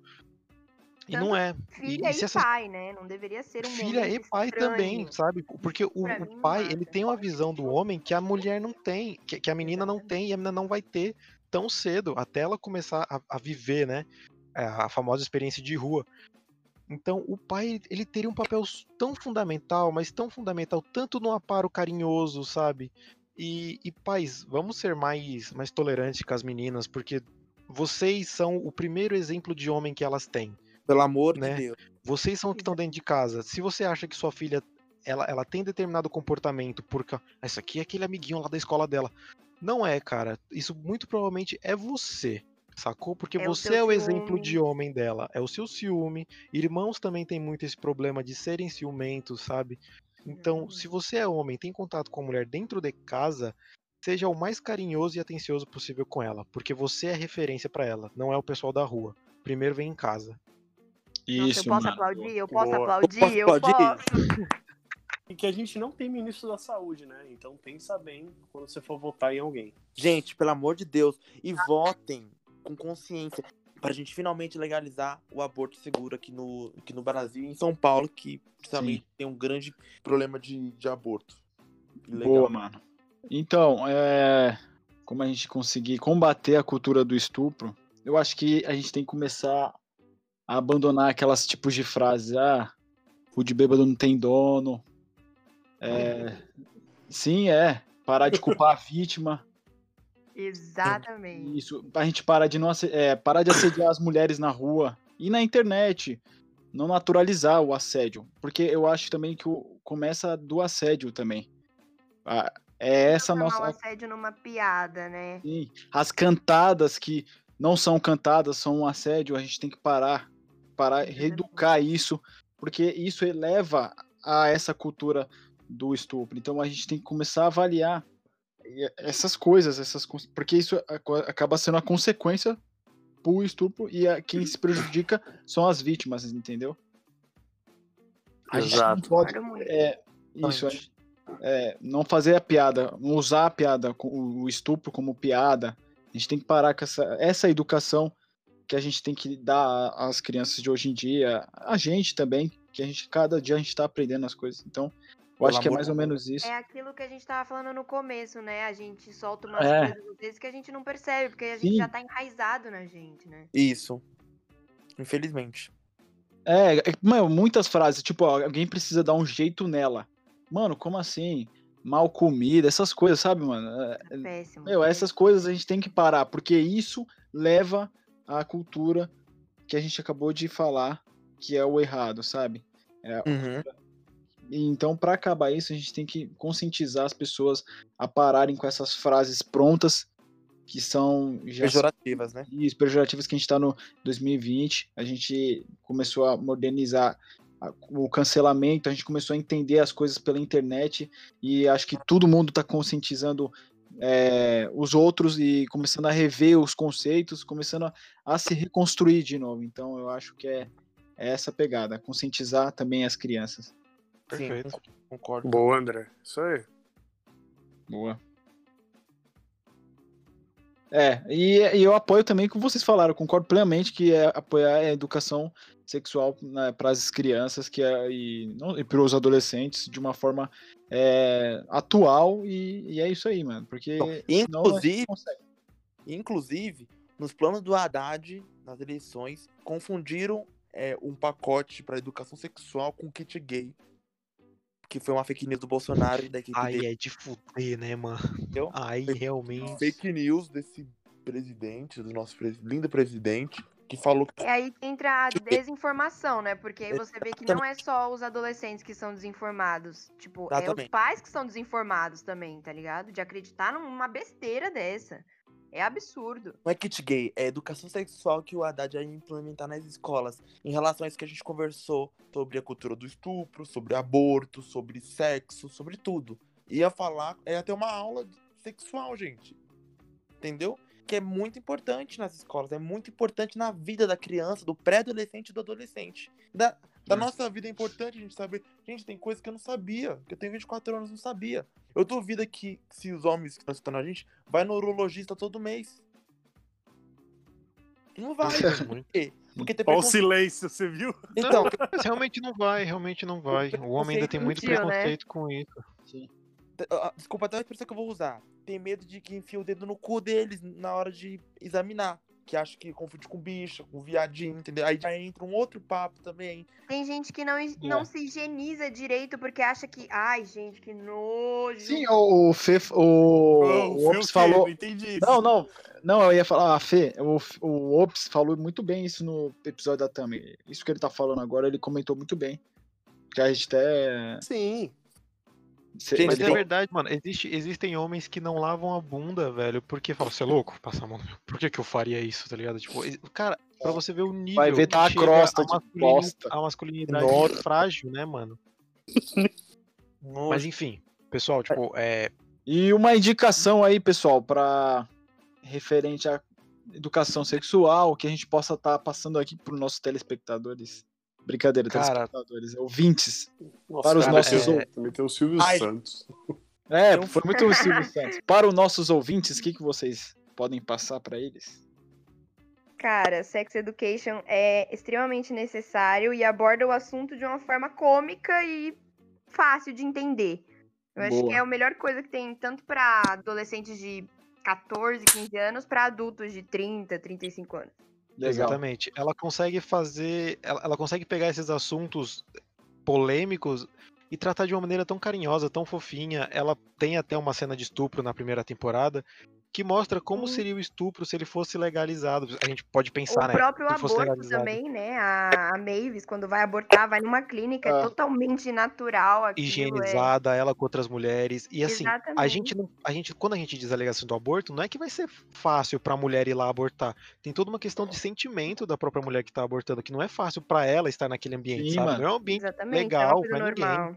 E Tanto não é. Filha e pai, né? Não deveria ser um filha momento e pai estranho. também, sabe? Porque o pai, ele tem uma visão do homem que a mulher não tem, que a menina não tem e a menina não vai ter tão cedo, até ela começar a viver, né? A famosa experiência de rua. Então, o pai, ele teria um papel tão fundamental, mas tão fundamental, tanto no amparo carinhoso, sabe? E pais, vamos ser mais tolerantes com as meninas, porque vocês são o primeiro exemplo de homem que elas têm. Pelo amor né? de Deus. Vocês são os que estão dentro de casa. Se você acha que sua filha ela tem determinado comportamento porque essa aqui é aquele amiguinho lá da escola dela. Não é, cara. Isso muito provavelmente é você. Sacou? Porque você é o exemplo de homem dela. É o seu ciúme. Irmãos também têm muito esse problema de serem ciumentos, sabe? Então, se você é homem, tem contato com a mulher dentro de casa, seja o mais carinhoso e atencioso possível com ela. Porque você é referência pra ela, não é o pessoal da rua. Primeiro vem em casa. Nossa, eu posso aplaudir? Eu posso aplaudir? Eu posso. E que a gente não tem ministro da saúde, né? Então pensa bem quando você for votar em alguém. Gente, pelo amor de Deus. E votem com consciência pra gente finalmente legalizar o aborto seguro aqui no Brasil e em São Paulo, que também tem um grande problema de aborto. Legal. Boa, mano. Então, como a gente conseguir combater a cultura do estupro, eu acho que a gente tem que começar a abandonar aquelas tipos de frases. O de bêbado não tem dono. Sim, parar de culpar a vítima. Exatamente. Isso, a gente parar de assediar as mulheres na rua e na internet. Não naturalizar o assédio. Porque eu acho também que começa do assédio também. Essa nossa. O assédio numa piada, né? Sim, as cantadas que não são cantadas são um assédio. A gente tem que parar, reeducar isso, porque isso eleva a essa cultura do estupro. Então a gente tem que começar a avaliar essas coisas, porque isso acaba sendo a consequência pro estupro e quem se prejudica são as vítimas, entendeu? A gente não pode não fazer a piada, não usar a piada, o estupro como piada. A gente tem que parar com essa educação que a gente tem que dar às crianças de hoje em dia, a gente também, que cada dia a gente tá aprendendo as coisas. Então, eu acho que é mais ou menos isso. É aquilo que a gente tava falando no começo, né? A gente solta umas coisas às vezes que a gente não percebe, porque a gente já tá enraizado na gente, né? Isso. Infelizmente. Mano, muitas frases, tipo, alguém precisa dar um jeito nela. Mano, como assim? mal comida, essas coisas, sabe, mano? Péssimo. Essas coisas a gente tem que parar, porque isso leva à cultura que a gente acabou de falar, que é o errado, sabe? Então, para acabar isso, a gente tem que conscientizar as pessoas a pararem com essas frases prontas, que são já pejorativas, né? Isso, pejorativas, que a gente está no 2020, a gente começou a modernizar o cancelamento, a gente começou a entender as coisas pela internet, e acho que todo mundo está conscientizando os outros e começando a rever os conceitos, começando a se reconstruir de novo. Então, eu acho que é essa pegada, conscientizar também as crianças. Perfeito. Sim, concordo. Boa, André. Isso aí. Boa. E eu apoio também o que vocês falaram, concordo plenamente que é apoiar a educação sexual, né, para as crianças e para os adolescentes de uma forma atual, e é isso aí, mano, porque senão a gente não consegue. Inclusive, nos planos do Haddad, nas eleições, confundiram um pacote para educação sexual com kit gay, que foi uma fake news do Bolsonaro e da equipe dele. Aí é de fuder, né, mano? Entendeu? Aí realmente... Fake news desse presidente, do nosso lindo presidente, que falou que... É aí que entra a desinformação, né? Porque aí você vê que não é só os adolescentes que são desinformados. Tipo, é os pais que são desinformados também, tá ligado? De acreditar numa besteira dessa. É absurdo. Não é kit gay, é educação sexual que o Haddad ia implementar nas escolas. Em relação a isso que a gente conversou sobre a cultura do estupro, sobre aborto, sobre sexo, sobre tudo. Ia ter uma aula sexual, gente. Entendeu? Que é muito importante nas escolas, é muito importante na vida da criança, do pré-adolescente e do adolescente. Da nossa vida é importante a gente saber. Gente, tem coisa que eu não sabia, que eu tenho 24 anos e não sabia. Eu duvido que, se os homens que estão escutando a gente, vai no urologista todo mês. Não vai. Porque tem Olha o silêncio, você viu? Então, realmente não vai. O homem ainda tem muito preconceito com isso. Sim. Desculpa até a expressão que eu vou usar. Tem medo de que enfie o dedo no cu deles na hora de examinar. Que acha que confunde com bicha, com viadinho, entendeu? Aí já entra um outro papo também. Tem gente que não se higieniza direito porque acha que... Ai, gente, que nojo. Sim, o Ops falou... Não entendi isso. Não, eu ia falar, a Fê, o Ops falou muito bem isso no episódio da Tami. Isso que ele tá falando agora, ele comentou muito bem. Que a gente até... Sim. Mas é verdade, mano. Existem homens que não lavam a bunda, velho, porque falam, você é louco? Passa a mão. Por que eu faria isso, tá ligado? Tipo, cara, pra você ver o nível. Vai ver, tá a crosta de bosta. A masculinidade frágil, né, mano? Mas enfim, pessoal, tipo, E uma indicação aí, pessoal, pra referente à educação sexual, que a gente possa estar passando aqui pros nossos telespectadores. Brincadeira, telespectadores, ouvintes. Nossa, para os nossos ouvintes. Também tem o Silvio Santos. Foi muito o Silvio Santos. Para os nossos ouvintes, o que vocês podem passar para eles? Cara, Sex Education é extremamente necessário e aborda o assunto de uma forma cômica e fácil de entender. Eu acho que é a melhor coisa que tem, tanto para adolescentes de 14, 15 anos, para adultos de 30, 35 anos. Legal. Exatamente. Ela consegue pegar esses assuntos polêmicos e tratar de uma maneira tão carinhosa, tão fofinha. Ela tem até uma cena de estupro na primeira temporada que mostra como seria o estupro se ele fosse legalizado. A gente pode pensar, né? O próprio aborto também, né? A Mavis, quando vai abortar, vai numa clínica, é totalmente natural aquilo. Higienizada, ela com outras mulheres. E assim, a gente, quando a gente diz a alegação do aborto, não é que vai ser fácil pra mulher ir lá abortar. Tem toda uma questão de sentimento da própria mulher que tá abortando, que não é fácil pra ela estar naquele ambiente, sabe? Não é um ambiente legal pra ninguém.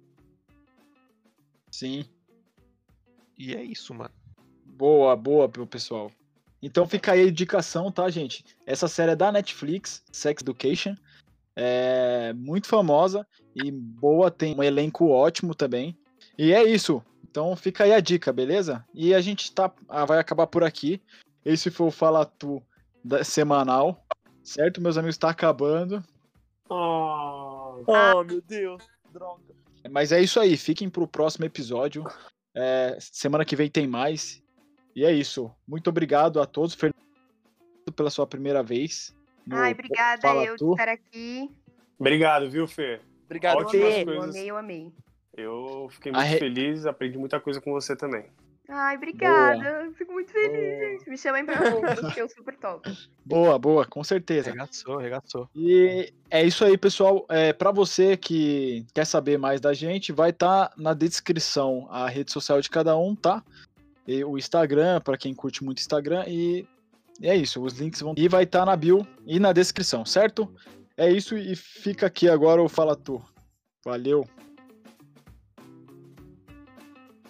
Sim. E é isso, mano. Boa, pessoal. Então fica aí a indicação, tá, gente? Essa série é da Netflix, Sex Education. É muito famosa e boa, tem um elenco ótimo também. E é isso. Então fica aí a dica, beleza? E a gente vai acabar por aqui. Esse foi o Fala Tu semanal. Certo, meus amigos? Tá acabando. Oh, meu Deus. Droga. Mas é isso aí. Fiquem pro próximo episódio. Semana que vem tem mais. E é isso. Muito obrigado a todos, Fernando, pela sua primeira vez. Obrigada eu de estar aqui. Obrigado, viu, Fê? Obrigado, Fê. Eu amei. Eu fiquei muito feliz, aprendi muita coisa com você também. Ai, obrigada. Boa. Fico muito feliz, gente. Me chamem pra outros, que eu super top. Boa, com certeza. Regaçou. E é isso aí, pessoal. Pra você que quer saber mais da gente, vai estar na descrição a rede social de cada um, tá? E o Instagram, pra quem curte muito Instagram. E é isso, os links vão... E vai estar na bio e na descrição, certo? É isso, e fica aqui agora o Fala Tu. Valeu!